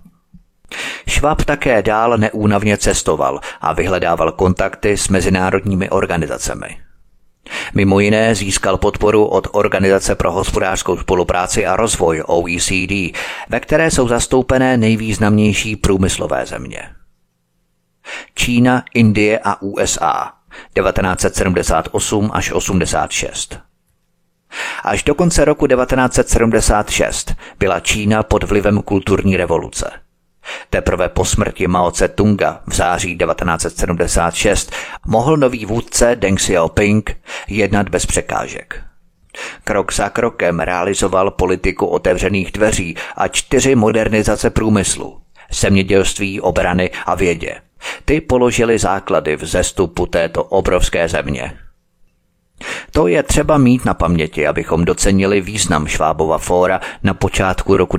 Schwab také dál neúnavně cestoval a vyhledával kontakty s mezinárodními organizacemi. Mimo jiné získal podporu od Organizace pro hospodářskou spolupráci a rozvoj OECD, ve které jsou zastoupené nejvýznamnější průmyslové země. Čína, Indie a USA 1978 až 86. Až do konce roku 1976 byla Čína pod vlivem kulturní revoluce. Teprve po smrti Mao Tse-tunga v září 1976 mohl nový vůdce Deng Xiaoping jednat bez překážek. Krok za krokem realizoval politiku otevřených dveří a 4 modernizace průmyslu, zemědělství, obrany a vědě. Ty položily základy vzestupu této obrovské země. To je třeba mít na paměti, abychom docenili význam Schwabova fóra na počátku roku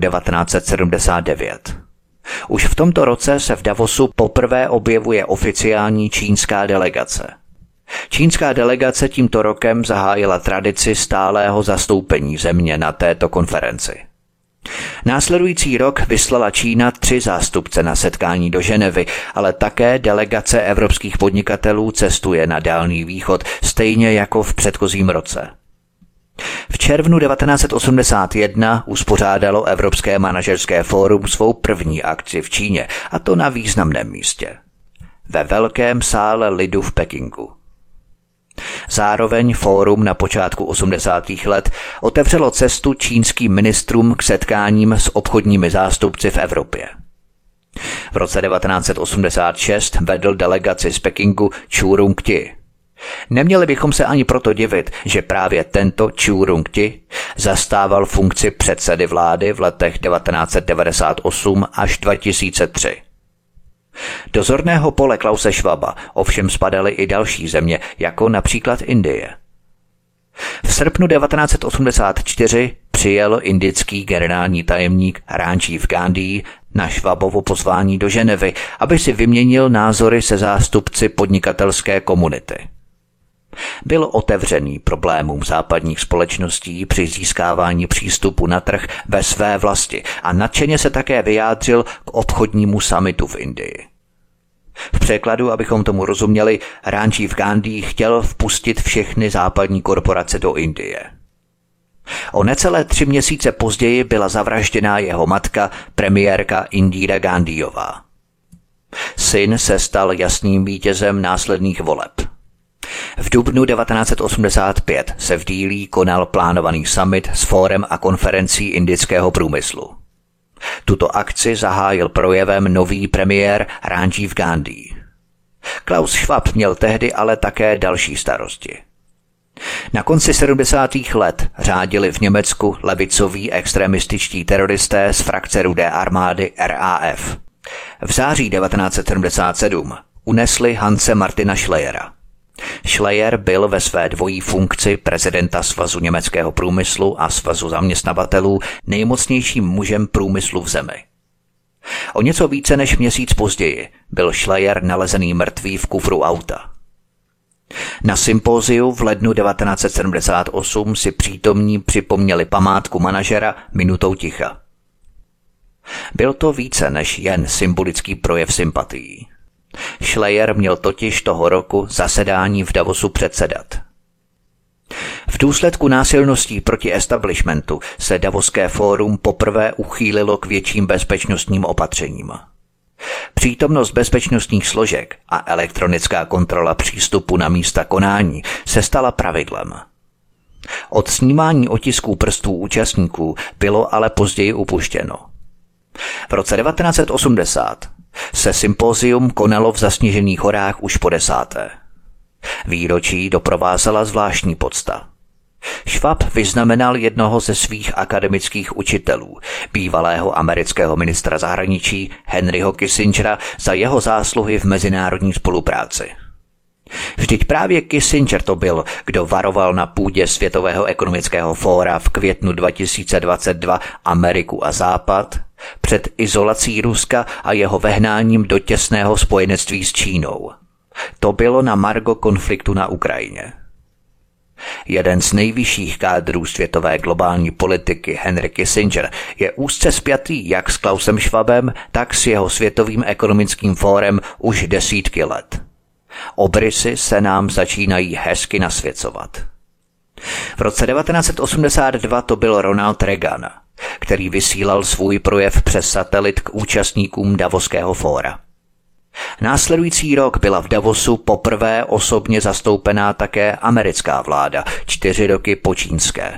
1979. Už v tomto roce se v Davosu poprvé objevuje oficiální čínská delegace. Čínská delegace tímto rokem zahájila tradici stálého zastoupení země na této konferenci. Následující rok vyslala Čína 3 zástupce na setkání do Ženevy, ale také delegace evropských podnikatelů cestuje na Dálný východ, stejně jako v předchozím roce. V červnu 1981 uspořádalo Evropské manažerské fórum svou první akci v Číně, a to na významném místě. Ve velkém sále lidu v Pekingu. Zároveň fórum na počátku 80. let otevřelo cestu čínským ministrům k setkáním s obchodními zástupci v Evropě. V roce 1986 vedl delegaci z Pekingu Ču Rung-ti. Neměli bychom se ani proto divit, že právě tento Ču Rung-ti zastával funkci předsedy vlády v letech 1998 až 2003. Do zorného pole Klause Schwaba ovšem spadaly i další země, jako například Indie. V srpnu 1984 přijel indický generální tajemník Rajiv Gandhi na Schwabovo pozvání do Ženevy, aby si vyměnil názory se zástupci podnikatelské komunity. Byl otevřený problémům západních společností při získávání přístupu na trh ve své vlasti a nadšeně se také vyjádřil k obchodnímu summitu v Indii. V překladu, abychom tomu rozuměli, Rajiv Gandhi chtěl vpustit všechny západní korporace do Indie. O necelé 3 měsíce později byla zavražděná jeho matka, premiérka Indira Gandhiová. Syn se stal jasným vítězem následných voleb. V dubnu 1985 se v Dillí konal plánovaný summit s fórem a konferencí indického průmyslu. Tuto akci zahájil projevem nový premiér Rajiv Gandhi. Klaus Schwab měl tehdy ale také další starosti. Na konci 70. let řádili v Německu levicoví extremističtí teroristé z frakce Rudé armády RAF. V září 1977 unesli Hanse Martina Schleyera. Schleyer byl ve své dvojí funkci prezidenta Svazu německého průmyslu a Svazu zaměstnavatelů nejmocnějším mužem průmyslu v zemi. O něco více než měsíc později byl Schleyer nalezený mrtvý v kufru auta. Na sympóziu v lednu 1978 si přítomní připomněli památku manažera minutou ticha. Byl to více než jen symbolický projev sympatií. Schleyer měl totiž toho roku zasedání v Davosu předsedat. V důsledku násilností proti establishmentu se Davoské fórum poprvé uchýlilo k větším bezpečnostním opatřením. Přítomnost bezpečnostních složek a elektronická kontrola přístupu na místa konání se stala pravidlem. Od snímání otisků prstů účastníků bylo ale později upuštěno. V roce 1980 se sympózium konalo v Zasněžených horách už po 10. Výročí doprovázela zvláštní pocta. Schwab vyznamenal jednoho ze svých akademických učitelů, bývalého amerického ministra zahraničí Henryho Kissingera, za jeho zásluhy v mezinárodní spolupráci. Vždyť právě Kissinger to byl, kdo varoval na půdě Světového ekonomického fóra v květnu 2022 Ameriku a Západ před izolací Ruska a jeho vehnáním do těsného spojenectví s Čínou. To bylo na margo konfliktu na Ukrajině. Jeden z nejvyšších kádrů světové globální politiky, Henry Kissinger, je úzce spjatý jak s Klausem Schwabem, tak s jeho Světovým ekonomickým fórem už desítky let. Obrysy se nám začínají hezky nasvěcovat. V roce 1982 to byl Ronald Reagan, který vysílal svůj projev přes satelit k účastníkům Davoského fóra. Následující rok byla v Davosu poprvé osobně zastoupená také americká vláda, 4 roky po čínské.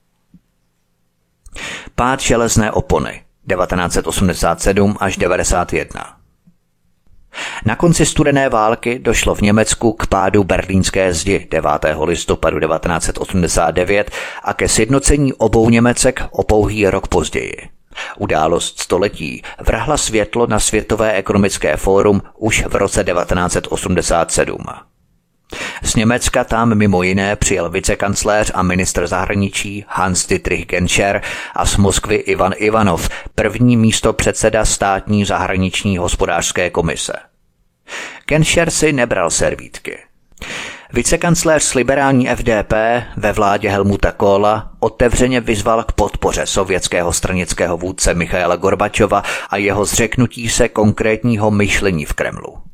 Pád železné opony 1987 až 1991. Na konci studené války došlo v Německu k pádu berlínské zdi 9. listopadu 1989 a ke sjednocení obou Němecek o pouhý rok později. Událost století vrhla světlo na Světové ekonomické fórum už v roce 1987. Z Německa tam mimo jiné přijel vicekancléř a ministr zahraničí Hans-Dietrich Genscher a z Moskvy Ivan Ivanov, první místopředseda státní zahraniční hospodářské komise. Genscher si nebral servítky. Vicekancléř z liberální FDP ve vládě Helmuta Kohla otevřeně vyzval k podpoře sovětského stranického vůdce Michaila Gorbačova a jeho zřeknutí se konkrétního myšlení v Kremlu.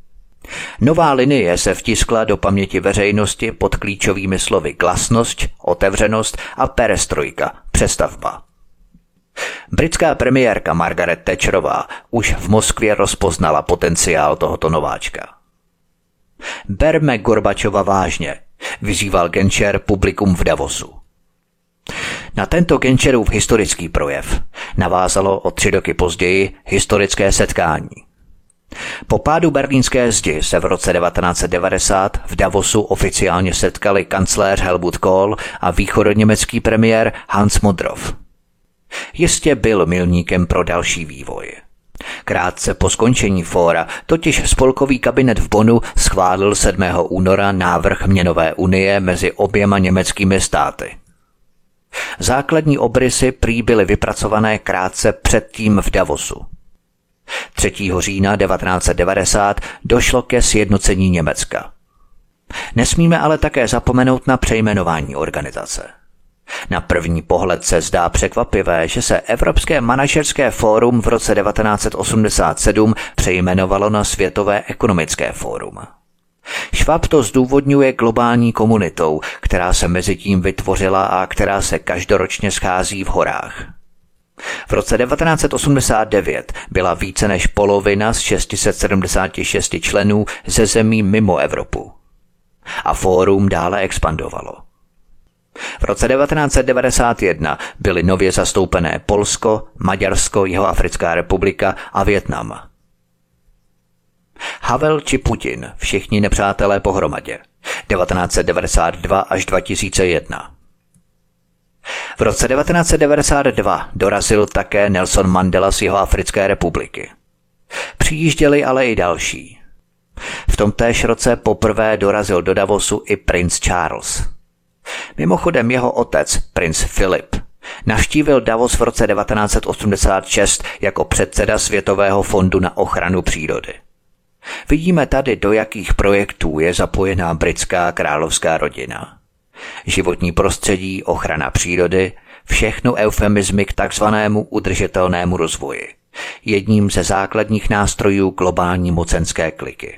Nová linie se vtiskla do paměti veřejnosti pod klíčovými slovy glasnost, otevřenost a perestrojka, přestavba. Britská premiérka Margaret Thatcherová už v Moskvě rozpoznala potenciál tohoto nováčka. Berme Gorbačova vážně, vyzýval Genscher publikum v Davosu. Na tento Genscherův historický projev navázalo o 3 roky později historické setkání. Po pádu berlínské zdi se v roce 1990 v Davosu oficiálně setkali kancléř Helmut Kohl a východoněmecký premiér Hans Modrov. Jistě byl milníkem pro další vývoj. Krátce po skončení fóra totiž spolkový kabinet v Bonnu schválil 7. února návrh měnové unie mezi oběma německými státy. Základní obrysy prý byly vypracované krátce předtím v Davosu. 3. října 1990 došlo ke sjednocení Německa. Nesmíme ale také zapomenout na přejmenování organizace. Na první pohled se zdá překvapivé, že se Evropské manažerské fórum v roce 1987 přejmenovalo na Světové ekonomické fórum. Schwab to zdůvodňuje globální komunitou, která se mezitím vytvořila a která se každoročně schází v horách. V roce 1989 byla více než polovina z 676 členů ze zemí mimo Evropu. A fórum dále expandovalo. V roce 1991 byly nově zastoupené Polsko, Maďarsko, Jihoafrická republika a Vietnam. Havel či Putin, všichni nepřátelé pohromadě. 1992 až 2001. V roce 1992 dorazil také Nelson Mandela z Jihoafrické republiky. Přijížděli ale i další. V tomtéž roce poprvé dorazil do Davosu i princ Charles. Mimochodem jeho otec, princ Filip, navštívil Davos v roce 1986 jako předseda Světového fondu na ochranu přírody. Vidíme tady, do jakých projektů je zapojená britská královská rodina. Životní prostředí, ochrana přírody, všechno eufemizmy k takzvanému udržitelnému rozvoji. Jedním ze základních nástrojů globální mocenské kliky.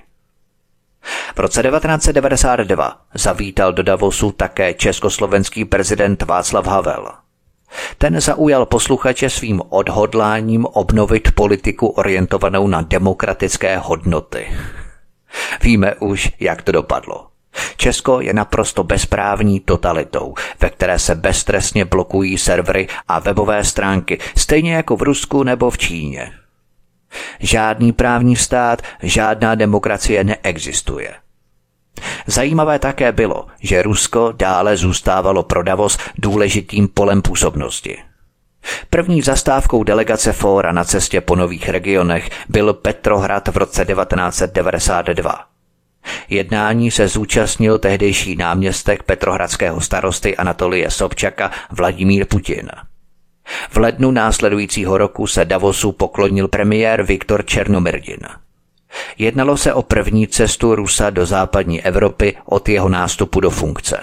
V roce 1992 zavítal do Davosu také československý prezident Václav Havel. Ten zaujal posluchače svým odhodláním obnovit politiku orientovanou na demokratické hodnoty. Víme už, jak to dopadlo. Česko je naprosto bezprávní totalitou, ve které se beztrestně blokují servery a webové stránky, stejně jako v Rusku nebo v Číně. Žádný právní stát, žádná demokracie neexistuje. Zajímavé také bylo, že Rusko dále zůstávalo pro Davos důležitým polem působnosti. První zastávkou delegace fóra na cestě po nových regionech byl Petrohrad v roce 1992. Jednání se zúčastnil tehdejší náměstek petrohradského starosty Anatolie Sobčaka Vladimír Putin. V lednu následujícího roku se Davosu poklonil premiér Viktor Černomyrdin. Jednalo se o první cestu Rusa do západní Evropy od jeho nástupu do funkce.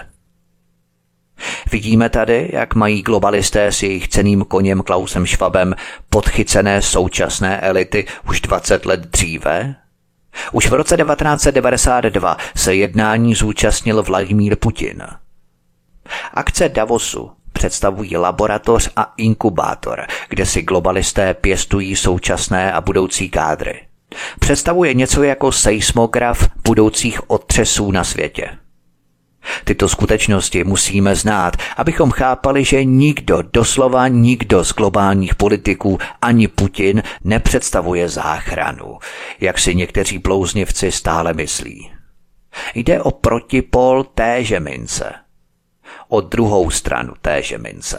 Vidíme tady, jak mají globalisté s jejich cenným koněm Klausem Schwabem podchycené současné elity už 20 let dříve? Už v roce 1992 se jednání zúčastnil Vladimír Putin. Akce Davosu představují laboratoř a inkubátor, kde si globalisté pěstují současné a budoucí kádry. Představuje něco jako seismograf budoucích otřesů na světě. Tyto skutečnosti musíme znát, abychom chápali, že nikdo, doslova nikdo z globálních politiků, ani Putin, nepředstavuje záchranu, jak si někteří blouznivci stále myslí. Jde o protipól téže mince. O druhou stranu téže mince.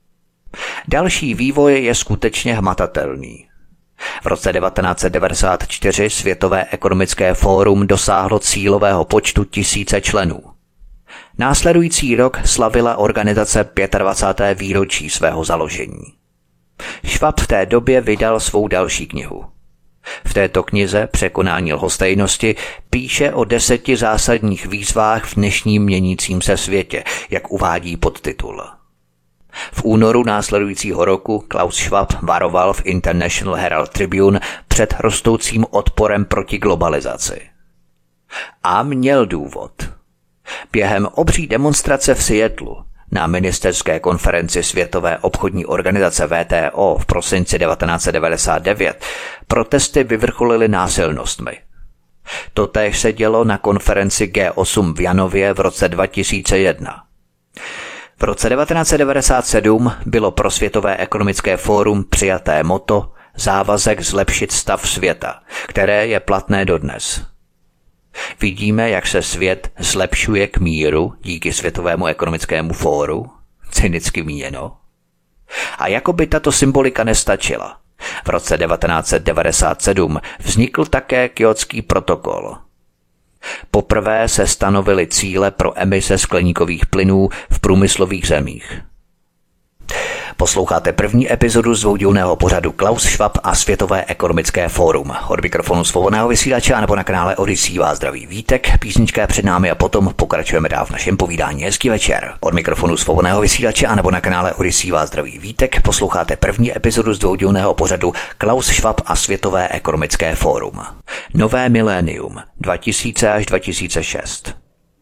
Další vývoj je skutečně hmatatelný. V roce 1994 Světové ekonomické fórum dosáhlo cílového počtu 1000 členů. Následující rok slavila organizace 25. výročí svého založení. Schwab v té době vydal svou další knihu. V této knize Překonání lhostejnosti píše o 10 zásadních výzvách v dnešním měnícím se světě, jak uvádí podtitul. V únoru následujícího roku Klaus Schwab varoval v International Herald Tribune před rostoucím odporem proti globalizaci. A měl důvod. Během obří demonstrace v Seattlu na ministerské konferenci Světové obchodní organizace WTO v prosinci 1999 protesty vyvrcholily násilnostmi. Totéž se dělo na konferenci G8 v Janově v roce 2001. V roce 1997 bylo pro Světové ekonomické fórum přijaté motto Závazek zlepšit stav světa, které je platné dodnes. Vidíme, jak se svět zlepšuje k míru díky Světovému ekonomickému fóru, cynicky míněno. A jako by tato symbolika nestačila, v roce 1997 vznikl také Kjótský protokol. Poprvé se stanovily cíle pro emise skleníkových plynů v průmyslových zemích. Posloucháte první epizodu z dvoudílného pořadu Klaus Schwab a Světové ekonomické fórum. Od mikrofonu Svobodného vysílače nebo na kanále Odyssey vás zdraví Vítek, písnička je před námi a potom pokračujeme dál v našem povídání. Hezký večer. Od mikrofonu Svobodného vysílače nebo na kanále Odyssey vás zdraví Vítek, posloucháte první epizodu z dvoudílného pořadu Klaus Schwab a Světové ekonomické fórum. Nové milénium 2000 až 2006.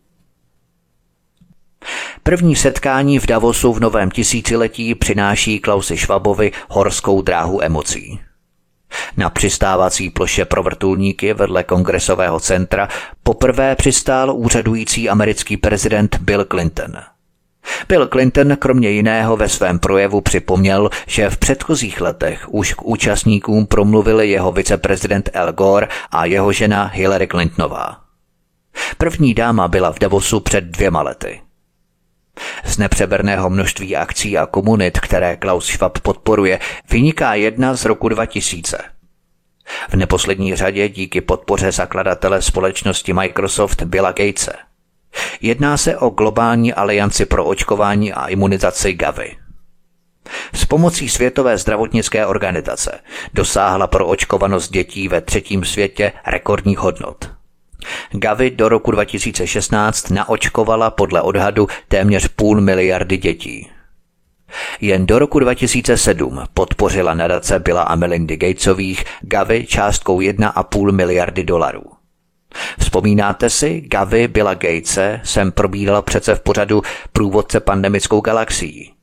První setkání v Davosu v novém tisíciletí přináší Klausi Schwabovi horskou dráhu emocí. Na přistávací ploše pro vrtulníky vedle kongresového centra poprvé přistál úřadující americký prezident Bill Clinton. Bill Clinton kromě jiného ve svém projevu připomněl, že v předchozích letech už k účastníkům promluvili jeho viceprezident Al Gore a jeho žena Hillary Clintonová. První dáma byla v Davosu před 2 lety. Z nepřeberného množství akcí a komunit, které Klaus Schwab podporuje, vyniká jedna z roku 2000. V neposlední řadě díky podpoře zakladatele společnosti Microsoft Billa Gatese. Jedná se o globální alianci pro očkování a imunizaci Gavi. S pomocí Světové zdravotnické organizace dosáhla proočkovanost dětí ve třetím světě rekordních hodnot. Gavi do roku 2016 naočkovala podle odhadu téměř 500 miliardy dětí. Jen do roku 2007 podpořila nadace Billa a Melindy Gatesových Gavi částkou 1,5 miliardy dolarů. Vzpomínáte si, Gavi Billa Gatese jsem probíral přece v pořadu Průvodce pandemickou galaxií.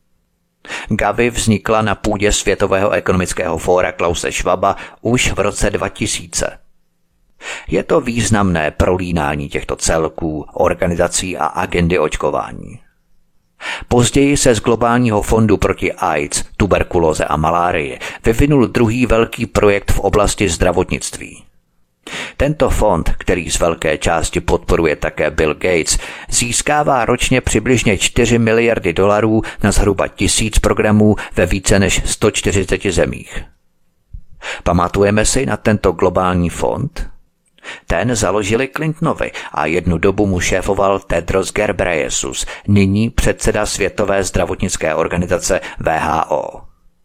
Gavi vznikla na půdě Světového ekonomického fóra Klause Schwaba už v roce 2000. Je to významné prolínání těchto celků, organizací a agendy očkování. Později se z globálního fondu proti AIDS, tuberkulóze a malárii vyvinul druhý velký projekt v oblasti zdravotnictví. Tento fond, který z velké části podporuje také Bill Gates, získává ročně přibližně 4 miliardy dolarů na zhruba 1000 programů ve více než 140 zemích. Pamatujeme si na tento globální fond? Ten založili Clintonovi a jednu dobu mu šéfoval Tedros Ghebreyesus, nyní předseda Světové zdravotnické organizace WHO.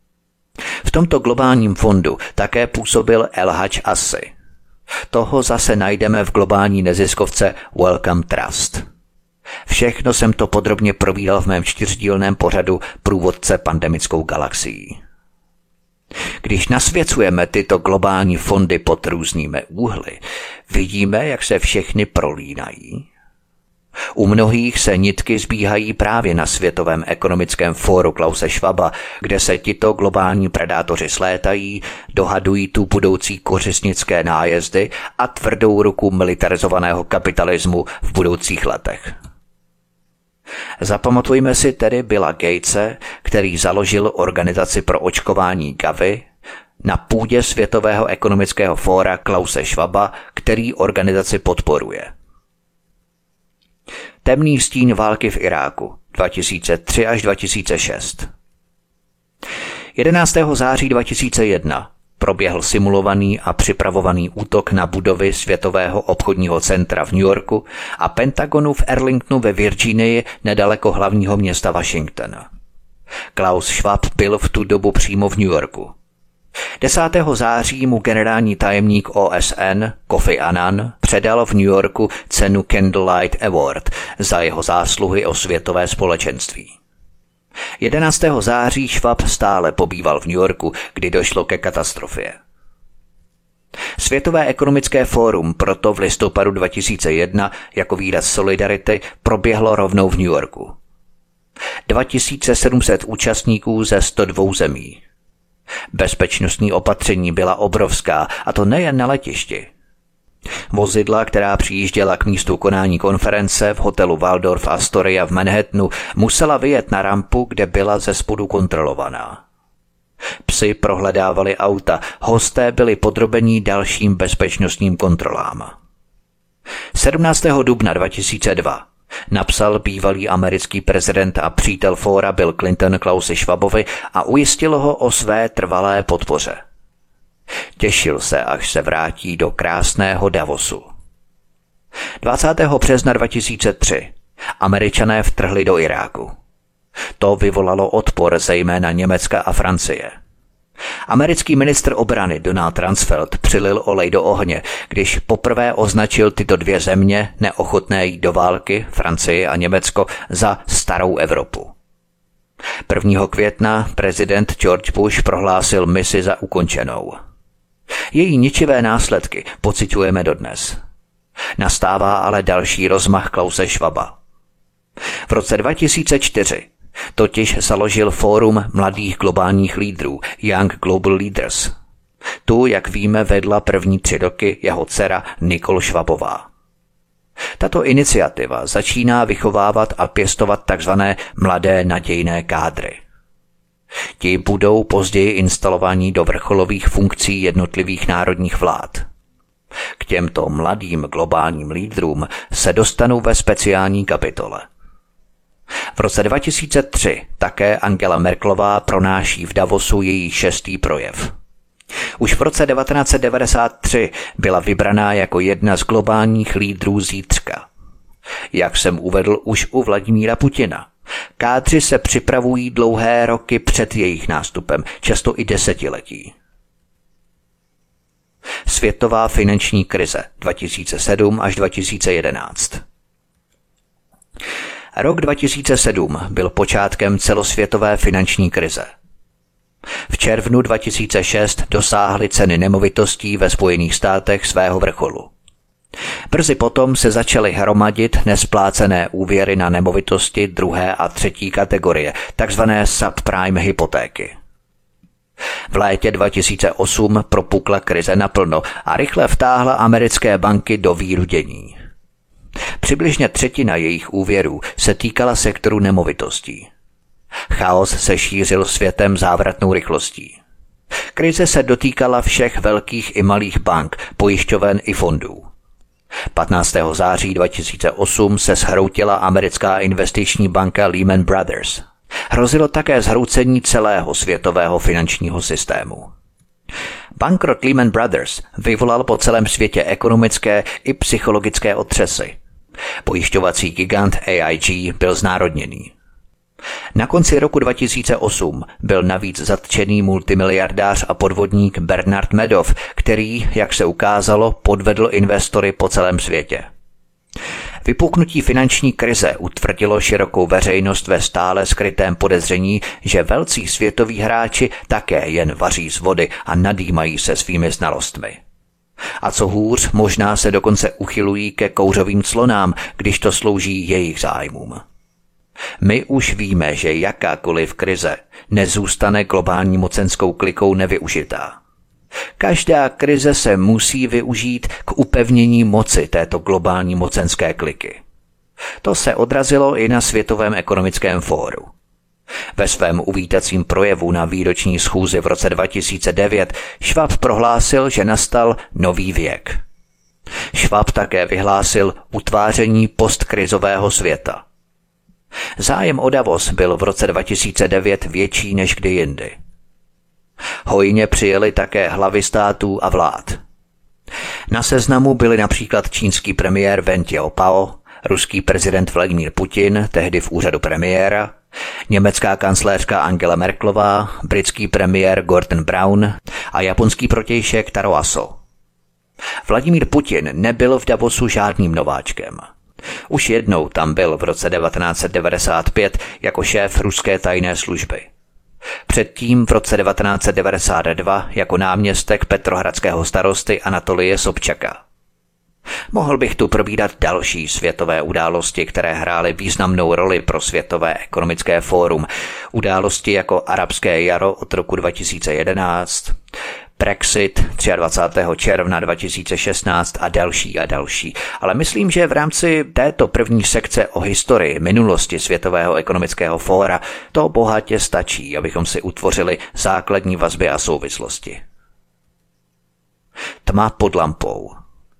V tomto globálním fondu také působil El Hadj Assi. Toho zase najdeme v globální neziskovce Wellcome Trust. Všechno jsem to podrobně probíral v mém 4dílném pořadu Průvodce pandemickou galaxií. Když nasvěcujeme tyto globální fondy pod různými úhly, vidíme, jak se všechny prolínají. U mnohých se nitky zbíhají právě na Světovém ekonomickém fóru Klause Schwaba, kde se tito globální predátoři slétají, dohadují tu budoucí kořistnické nájezdy a tvrdou ruku militarizovaného kapitalismu v budoucích letech. Zapamatujme si tedy Billa Gatese, který založil organizaci pro očkování Gavi, na půdě Světového ekonomického fóra Klause Schwaba, který organizaci podporuje. Temný stín války v Iráku 2003 až 2006. 11. září 2001 proběhl simulovaný a připravovaný útok na budovy Světového obchodního centra v New Yorku a Pentagonu v Arlingtonu ve Virginii nedaleko hlavního města Washingtona. Klaus Schwab byl v tu dobu přímo v New Yorku. 10. září mu generální tajemník OSN Kofi Annan předal v New Yorku cenu Candlelight Award za jeho zásluhy o světové společenství. 11. září Schwab stále pobýval v New Yorku, kdy došlo ke katastrofě. Světové ekonomické fórum proto v listopadu 2001 jako výraz solidarity proběhlo rovnou v New Yorku. 2700 účastníků ze 102 zemí. Bezpečnostní opatření byla obrovská, a to nejen na letišti. Vozidla, která přijížděla k místu konání konference v hotelu Waldorf Astoria v Manhattanu, musela vyjet na rampu, kde byla ze spodu kontrolovaná. Psi prohledávali auta, hosté byli podrobení dalším bezpečnostním kontrolám. 17. dubna 2002 napsal bývalý americký prezident a přítel fóra Bill Clinton Klausi Schwabovi a ujistil ho o své trvalé podpoře. Těšil se, až se vrátí do krásného Davosu. 20. března 2003 Američané vtrhli do Iráku. To vyvolalo odpor zejména Německa a Francie. Americký ministr obrany Donald Rumsfeld přilil olej do ohně, když poprvé označil tyto dvě země, neochotné jít do války, Francii a Německo, za starou Evropu. 1. května prezident George Bush prohlásil misi za ukončenou. Její ničivé následky pociťujeme dodnes. Nastává ale další rozmach Klause Schwaba. V roce 2004 totiž založil Fórum mladých globálních lídrů Young Global Leaders. Tu, jak víme, vedla první 3 roky jeho dcera Nicole Schwabová. Tato iniciativa začíná vychovávat a pěstovat takzvané mladé nadějné kádry. Ti budou později instalovaní do vrcholových funkcí jednotlivých národních vlád. K těmto mladým globálním lídrům se dostanou ve speciální kapitole. V roce 2003 také Angela Merkelová pronáší v Davosu její 6. projev. Už v roce 1993 byla vybraná jako jedna z globálních lídrů zítřka. Jak jsem uvedl už u Vladimíra Putina, kádři se připravují dlouhé roky před jejich nástupem, často i desetiletí. Světová finanční krize 2007 až 2011. Rok 2007 byl počátkem celosvětové finanční krize. V červnu 2006 dosáhly ceny nemovitostí ve Spojených státech svého vrcholu. Brzy potom se začaly hromadit nesplácené úvěry na nemovitosti 2. a 3. kategorie, takzvané subprime hypotéky. V létě 2008 propukla krize naplno a rychle vtáhla americké banky do víru dění. Přibližně 1/3 jejich úvěrů se týkala sektoru nemovitostí. Chaos se šířil světem závratnou rychlostí. Krize se dotýkala všech velkých i malých bank, pojišťoven i fondů. 15. září 2008 se zhroutila americká investiční banka Lehman Brothers. Hrozilo také zhroucení celého světového finančního systému. Bankrot Lehman Brothers vyvolal po celém světě ekonomické i psychologické otřesy. Pojišťovací gigant AIG byl znárodněný. Na konci roku 2008 byl navíc zatčený multimiliardář a podvodník Bernard Madoff, který, jak se ukázalo, podvedl investory po celém světě. Vypuknutí finanční krize utvrdilo širokou veřejnost ve stále skrytém podezření, že velcí světoví hráči také jen vaří z vody a nadýmají se svými znalostmi. A co hůř, možná se dokonce uchylují ke kouřovým clonám, když to slouží jejich zájmům. My už víme, že jakákoliv krize nezůstane globální mocenskou klikou nevyužitá. Každá krize se musí využít k upevnění moci této globální mocenské kliky. To se odrazilo i na Světovém ekonomickém fóru. Ve svém uvítacím projevu na výroční schůzi v roce 2009 Schwab prohlásil, že nastal nový věk. Schwab také vyhlásil utváření postkrizového světa. Zájem o Davos byl v roce 2009 větší než kdy jindy. Hojně přijeli také hlavy států a vlád. Na seznamu byli například čínský premiér Wen Jiabao, ruský prezident Vladimír Putin, tehdy v úřadu premiéra, německá kancléřka Angela Merkelová, britský premiér Gordon Brown a japonský protějšek Taro Aso. Vladimír Putin nebyl v Davosu žádným nováčkem. Už jednou tam byl v roce 1995 jako šéf ruské tajné služby. Předtím v roce 1992 jako náměstek petrohradského starosty Anatolije Sobčaka. Mohl bych tu probídat další světové události, které hrály významnou roli pro Světové ekonomické fórum. Události jako Arabské jaro od roku 2011, Brexit 23. června 2016 a další. Ale myslím, že v rámci této první sekce o historii minulosti Světového ekonomického fóra to bohatě stačí, abychom si utvořili základní vazby a souvislosti. Tma pod lampou.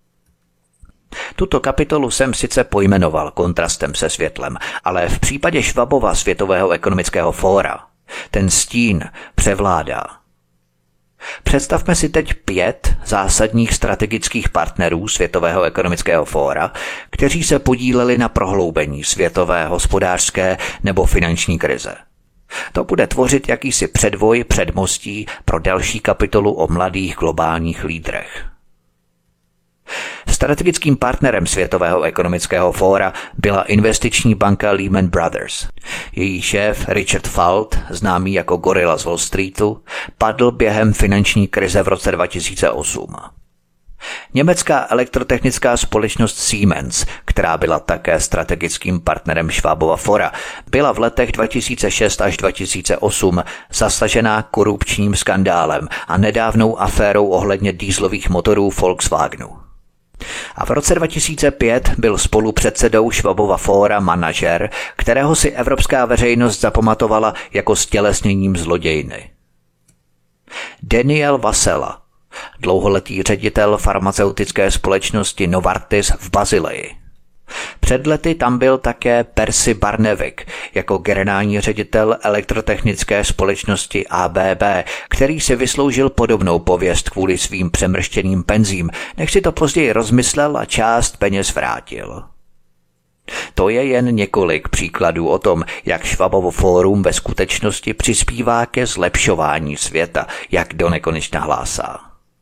Tuto kapitolu jsem sice pojmenoval kontrastem se světlem, ale v případě Schwabova Světového ekonomického fóra ten stín převládá. Představme si teď 5 zásadních strategických partnerů Světového ekonomického fóra, kteří se podíleli na prohloubení světové hospodářské nebo finanční krize. To bude tvořit jakýsi předmostí pro další kapitolu o mladých globálních lídrech. Strategickým partnerem Světového ekonomického fóra byla investiční banka Lehman Brothers. Její šéf Richard Fuld, známý jako Gorilla z Wall Streetu, padl během finanční krize v roce 2008. Německá elektrotechnická společnost Siemens, která byla také strategickým partnerem Schwabova fóra, byla v letech 2006 až 2008 zasažená korupčním skandálem a nedávnou aférou ohledně dieselových motorů Volkswagenu. A v roce 2005 byl spolupředsedou Schwabova fóra manažer, kterého si evropská veřejnost zapamatovala jako stělesněním zlodějny. Daniel Vassella, dlouholetý ředitel farmaceutické společnosti Novartis v Basileji. Před lety tam byl také Percy Barnevik jako generální ředitel elektrotechnické společnosti ABB, který si vysloužil podobnou pověst kvůli svým přemrštěným penzím, než si to později rozmyslel a část peněz vrátil. To je jen několik příkladů o tom, jak Schwabovo fórum ve skutečnosti přispívá ke zlepšování světa, jak do nekonečna hlásá.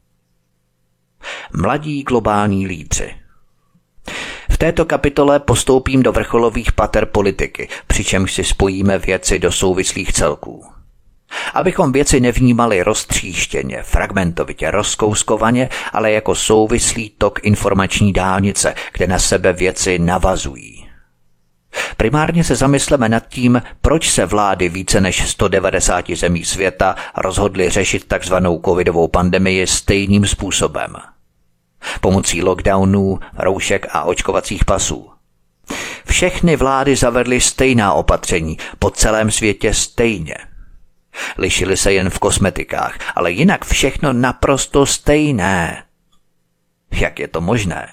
Mladí globální lídři. V této kapitole postoupím do vrcholových pater politiky, přičemž si spojíme věci do souvislých celků. Abychom věci nevnímali roztříštěně, fragmentovitě, rozkouskovaně, ale jako souvislý tok informační dálnice, kde na sebe věci navazují. Primárně se zamysleme nad tím, proč se vlády více než 190 zemí světa rozhodly řešit takzvanou covidovou pandemii stejným způsobem. Pomocí lockdownů, roušek a očkovacích pasů. Všechny vlády zavedly stejná opatření po celém světě stejně. Lišily se jen v kosmetikách, ale jinak všechno naprosto stejné. Jak je to možné?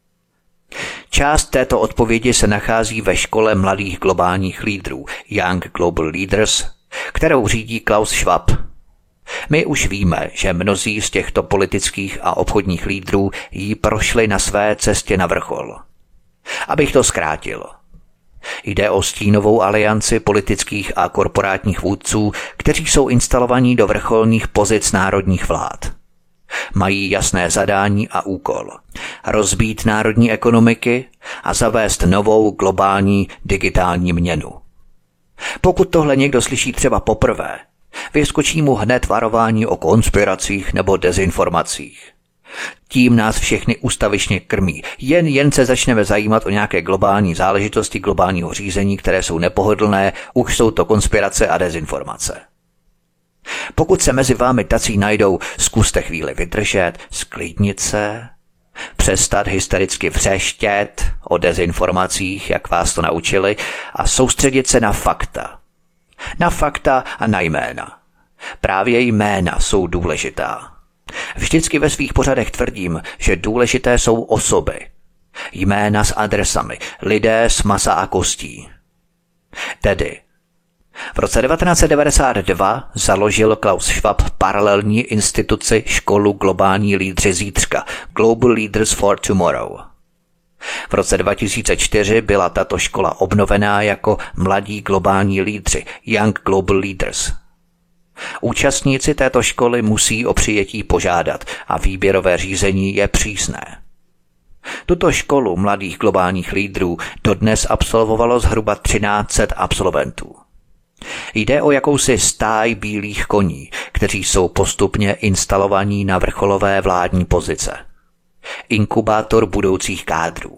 Část této odpovědi se nachází ve škole mladých globálních lídrů, Young Global Leaders, kterou řídí Klaus Schwab. My už víme, že mnozí z těchto politických a obchodních lídrů jí prošli na své cestě na vrchol. Abych to zkrátil. Jde o stínovou alianci politických a korporátních vůdců, kteří jsou instalovaní do vrcholných pozic národních vlád. Mají jasné zadání a úkol. Rozbít národní ekonomiky a zavést novou globální digitální měnu. Pokud tohle někdo slyší třeba poprvé, vyskočí mu hned varování o konspiracích nebo dezinformacích. Tím nás všechny ustavičně krmí. Jen se začneme zajímat o nějaké globální záležitosti globálního řízení, které jsou nepohodlné, už jsou to konspirace a dezinformace. Pokud se mezi vámi tací najdou, zkuste chvíli vydržet, sklidnit se, přestat hystericky vřeštět o dezinformacích, jak vás to naučili, a soustředit se na fakta. Na fakta a na jména. Právě jména jsou důležitá. Vždycky ve svých pořadech tvrdím, že důležité jsou osoby. Jména s adresami, lidé s masa a kostí. Tedy v roce 1992 založil Klaus Schwab paralelní instituci Školu globální lídři zítřka, Global Leaders for Tomorrow. V roce 2004 byla tato škola obnovená jako Mladí globální lídři, Young Global Leaders. Účastníci této školy musí o přijetí požádat a výběrové řízení je přísné. Tuto školu mladých globálních lídrů dodnes absolvovalo zhruba 1300 absolventů. Jde o jakousi stáj bílých koní, kteří jsou postupně instalovaní na vrcholové vládní pozice. Inkubátor budoucích kádrů.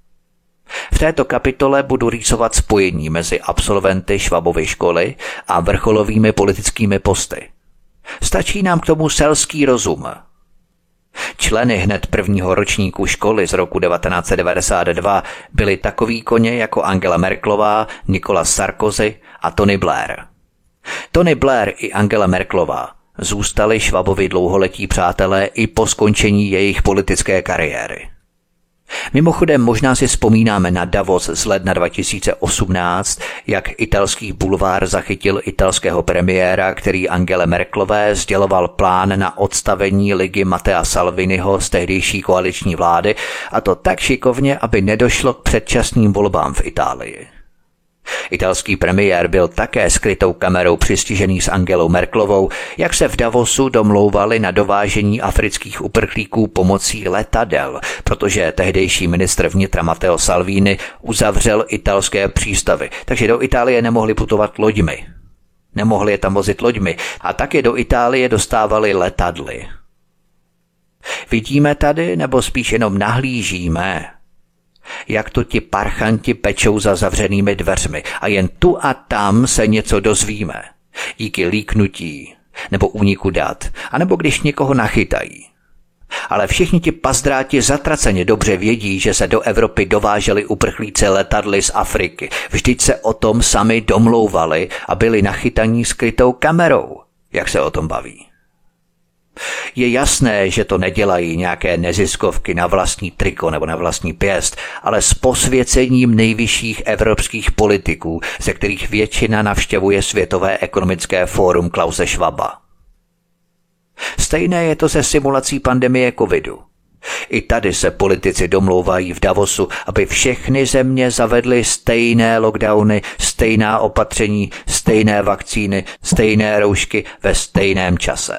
V této kapitole budu rýsovat spojení mezi absolventy Schwabovy školy a vrcholovými politickými posty. Stačí nám k tomu selský rozum. Členy hned prvního ročníku školy z roku 1992 byli takoví koně jako Angela Merkelová, Nicolas Sarkozy a Tony Blair. Tony Blair i Angela Merkelová zůstali Schwabovi dlouholetí přátelé i po skončení jejich politické kariéry. Mimochodem možná si vzpomínáme na Davos z ledna 2018, jak italský bulvár zachytil italského premiéra, který Angele Merkelové sděloval plán na odstavení ligy Mattea Salviniho z tehdejší koaliční vlády, a to tak šikovně, aby nedošlo k předčasným volbám v Itálii. Italský premiér byl také skrytou kamerou přistižený s Angelou Merkelovou, jak se v Davosu domlouvali na dovážení afrických uprchlíků pomocí letadel, protože tehdejší ministr vnitra Matteo Salvini uzavřel italské přístavy, takže do Itálie nemohli putovat loďmi. Nemohli je tam vozit loďmi a taky do Itálie dostávali letadly. Vidíme tady, nebo spíš jenom nahlížíme, jak to ti parchanti pečou za zavřenými dveřmi a jen tu a tam se něco dozvíme. Díky líknutí, nebo úniku dat, anebo když někoho nachytají. Ale všichni ti pazdráti zatraceně dobře vědí, že se do Evropy dováželi uprchlíci letadly z Afriky. Vždyť se o tom sami domlouvali a byli nachytaní skrytou kamerou, jak se o tom baví. Je jasné, že to nedělají nějaké neziskovky na vlastní triko nebo na vlastní pěst, ale s posvěcením nejvyšších evropských politiků, ze kterých většina navštěvuje Světové ekonomické fórum Klause Schwaba. Stejné je to se simulací pandemie covidu. I tady se politici domlouvají v Davosu, aby všechny země zavedly stejné lockdowny, stejná opatření, stejné vakcíny, stejné roušky ve stejném čase.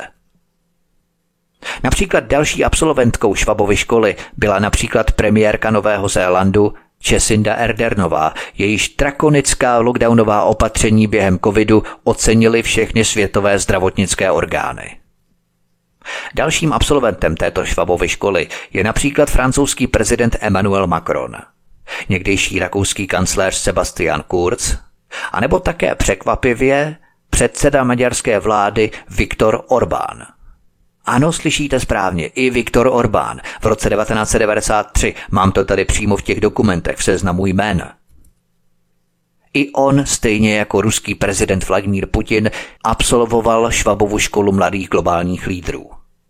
Například další absolventkou Schwabovy školy byla například premiérka Nového Zélandu Jacinda Ardernová. Jejíž drakonická lockdownová opatření během covidu ocenily všechny světové zdravotnické orgány. Dalším absolventem této Schwabovy školy je například francouzský prezident Emmanuel Macron, někdejší rakouský kancléř Sebastian Kurz, anebo také překvapivě předseda maďarské vlády Viktor Orbán. Ano, slyšíte správně, i Viktor Orbán v roce 1993, mám to tady přímo v těch dokumentech v seznamu jmén. I on, stejně jako ruský prezident Vladimír Putin, absolvoval Schwabovu školu mladých globálních lídrů.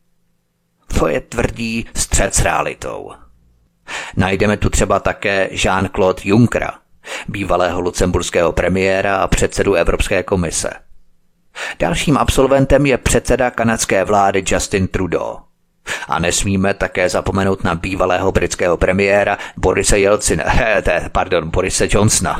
To je tvrdý střet s realitou. Najdeme tu třeba také Jean-Claude Junckera, bývalého lucemburského premiéra a předsedu Evropské komise. Dalším absolventem je předseda kanadské vlády Justin Trudeau. A nesmíme také zapomenout na bývalého britského premiéra Borise Johnsona.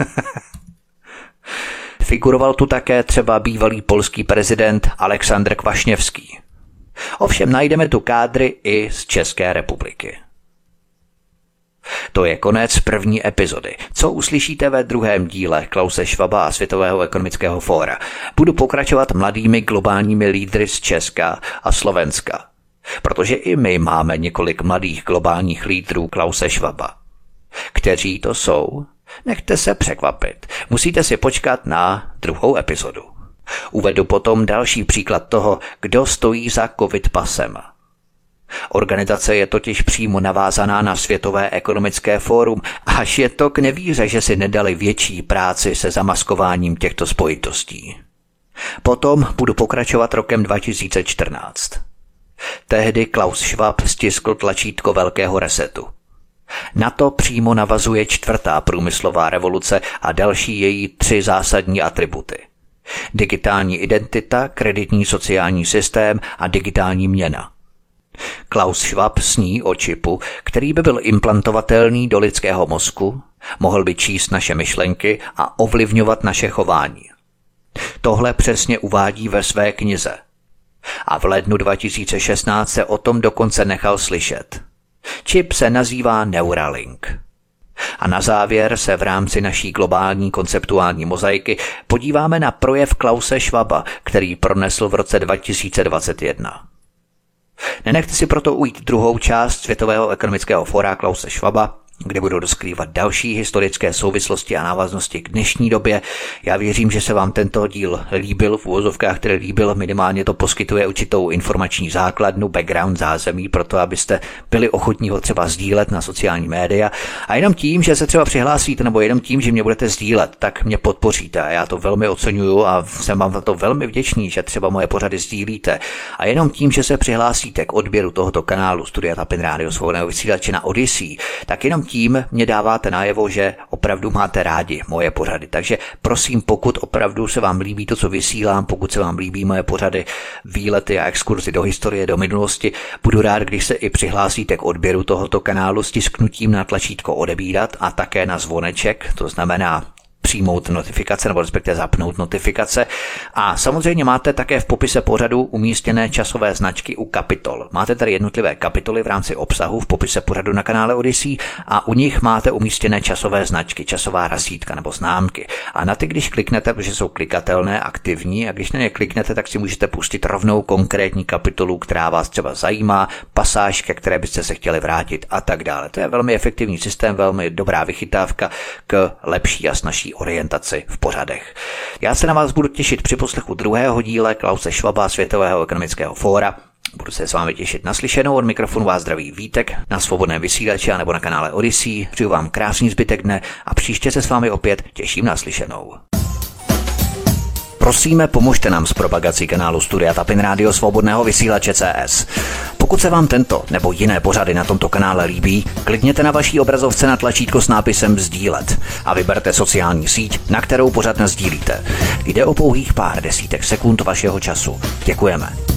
Figuroval tu také třeba bývalý polský prezident Aleksandr Kvašněvský. Ovšem najdeme tu kádry i z České republiky. To je konec první epizody. Co uslyšíte ve druhém díle Klause Schwaba a Světového ekonomického fóra? Budu pokračovat mladými globálními lídry z Česka a Slovenska. Protože i my máme několik mladých globálních lídrů Klause Schwaba. Kteří to jsou? Nechte se překvapit. Musíte si počkat na druhou epizodu. Uvedu potom další příklad toho, kdo stojí za COVID pasem. Organizace je totiž přímo navázaná na Světové ekonomické fórum, až je to k nevíře, že si nedali větší práci se zamaskováním těchto spojitostí. Potom budu pokračovat rokem 2014. Tehdy Klaus Schwab stiskl tlačítko velkého resetu. Na to přímo navazuje čtvrtá průmyslová revoluce a další její 3 zásadní atributy. Digitální identita, kreditní sociální systém a digitální měna. Klaus Schwab sní o čipu, který by byl implantovatelný do lidského mozku, mohl by číst naše myšlenky a ovlivňovat naše chování. Tohle přesně uvádí ve své knize. A v lednu 2016 se o tom dokonce nechal slyšet. Čip se nazývá Neuralink. A na závěr se v rámci naší globální konceptuální mozaiky podíváme na projev Klause Schwaba, který pronesl v roce 2021. Nenechte si proto ujít druhou část Světového ekonomického fóra Klause Schwaba, kde budou rozkrývat další historické souvislosti a návaznosti k dnešní době. Já věřím, že se vám tento díl líbil, v uvozovkách, který líbil, minimálně to poskytuje určitou informační základnu, background, zázemí, proto abyste byli ochotní ho třeba sdílet na sociální média. A jenom tím, že se třeba přihlásíte, nebo jenom tím, že mě budete sdílet, tak mě podpoříte. A já to velmi oceňuju a jsem vám za to velmi vděčný, že třeba moje pořady sdílíte. A jenom tím, že se přihlásíte k odběru tohoto kanálu Studia Tapin Rádio Svobodného vysílače na Odyssey, tak jenom tím mě dáváte najevo, že opravdu máte rádi moje pořady. Takže prosím, pokud opravdu se vám líbí to, co vysílám, pokud se vám líbí moje pořady, výlety a exkurzy do historie, do minulosti, budu rád, když se i přihlásíte k odběru tohoto kanálu stisknutím na tlačítko odebírat a také na zvoneček, to znamená přijmout notifikace nebo respektive zapnout notifikace. A samozřejmě máte také v popise pořadu umístěné časové značky u kapitol. Máte tady jednotlivé kapitoly v rámci obsahu v popise pořadu na kanále Odyssey a u nich máte umístěné časové značky, časová razítka nebo známky. A na ty, když kliknete, protože jsou klikatelné, aktivní, a když na ně kliknete, tak si můžete pustit rovnou konkrétní kapitolu, která vás třeba zajímá, pasáž, ke které byste se chtěli vrátit a tak dále. To je velmi efektivní systém, velmi dobrá vychytávka k lepší a snazší orientaci v pořadech. Já se na vás budu těšit při poslechu druhého díle Klause Schwaba Světového ekonomického fóra. Budu se s vámi těšit na slyšenou, od mikrofonu vás zdraví Vítek na Svobodném vysílači nebo na kanále Odyssey. Přeju vám krásný zbytek dne a příště se s vámi opět těším na slyšenou. Prosíme, pomožte nám s propagací kanálu Studia Tapin Rádio Svobodného vysílače CS. Pokud se vám tento nebo jiné pořady na tomto kanále líbí, klikněte na vaší obrazovce na tlačítko s nápisem sdílet a vyberte sociální síť, na kterou pořad nasdílíte. Jde o pouhých pár desítek sekund vašeho času. Děkujeme.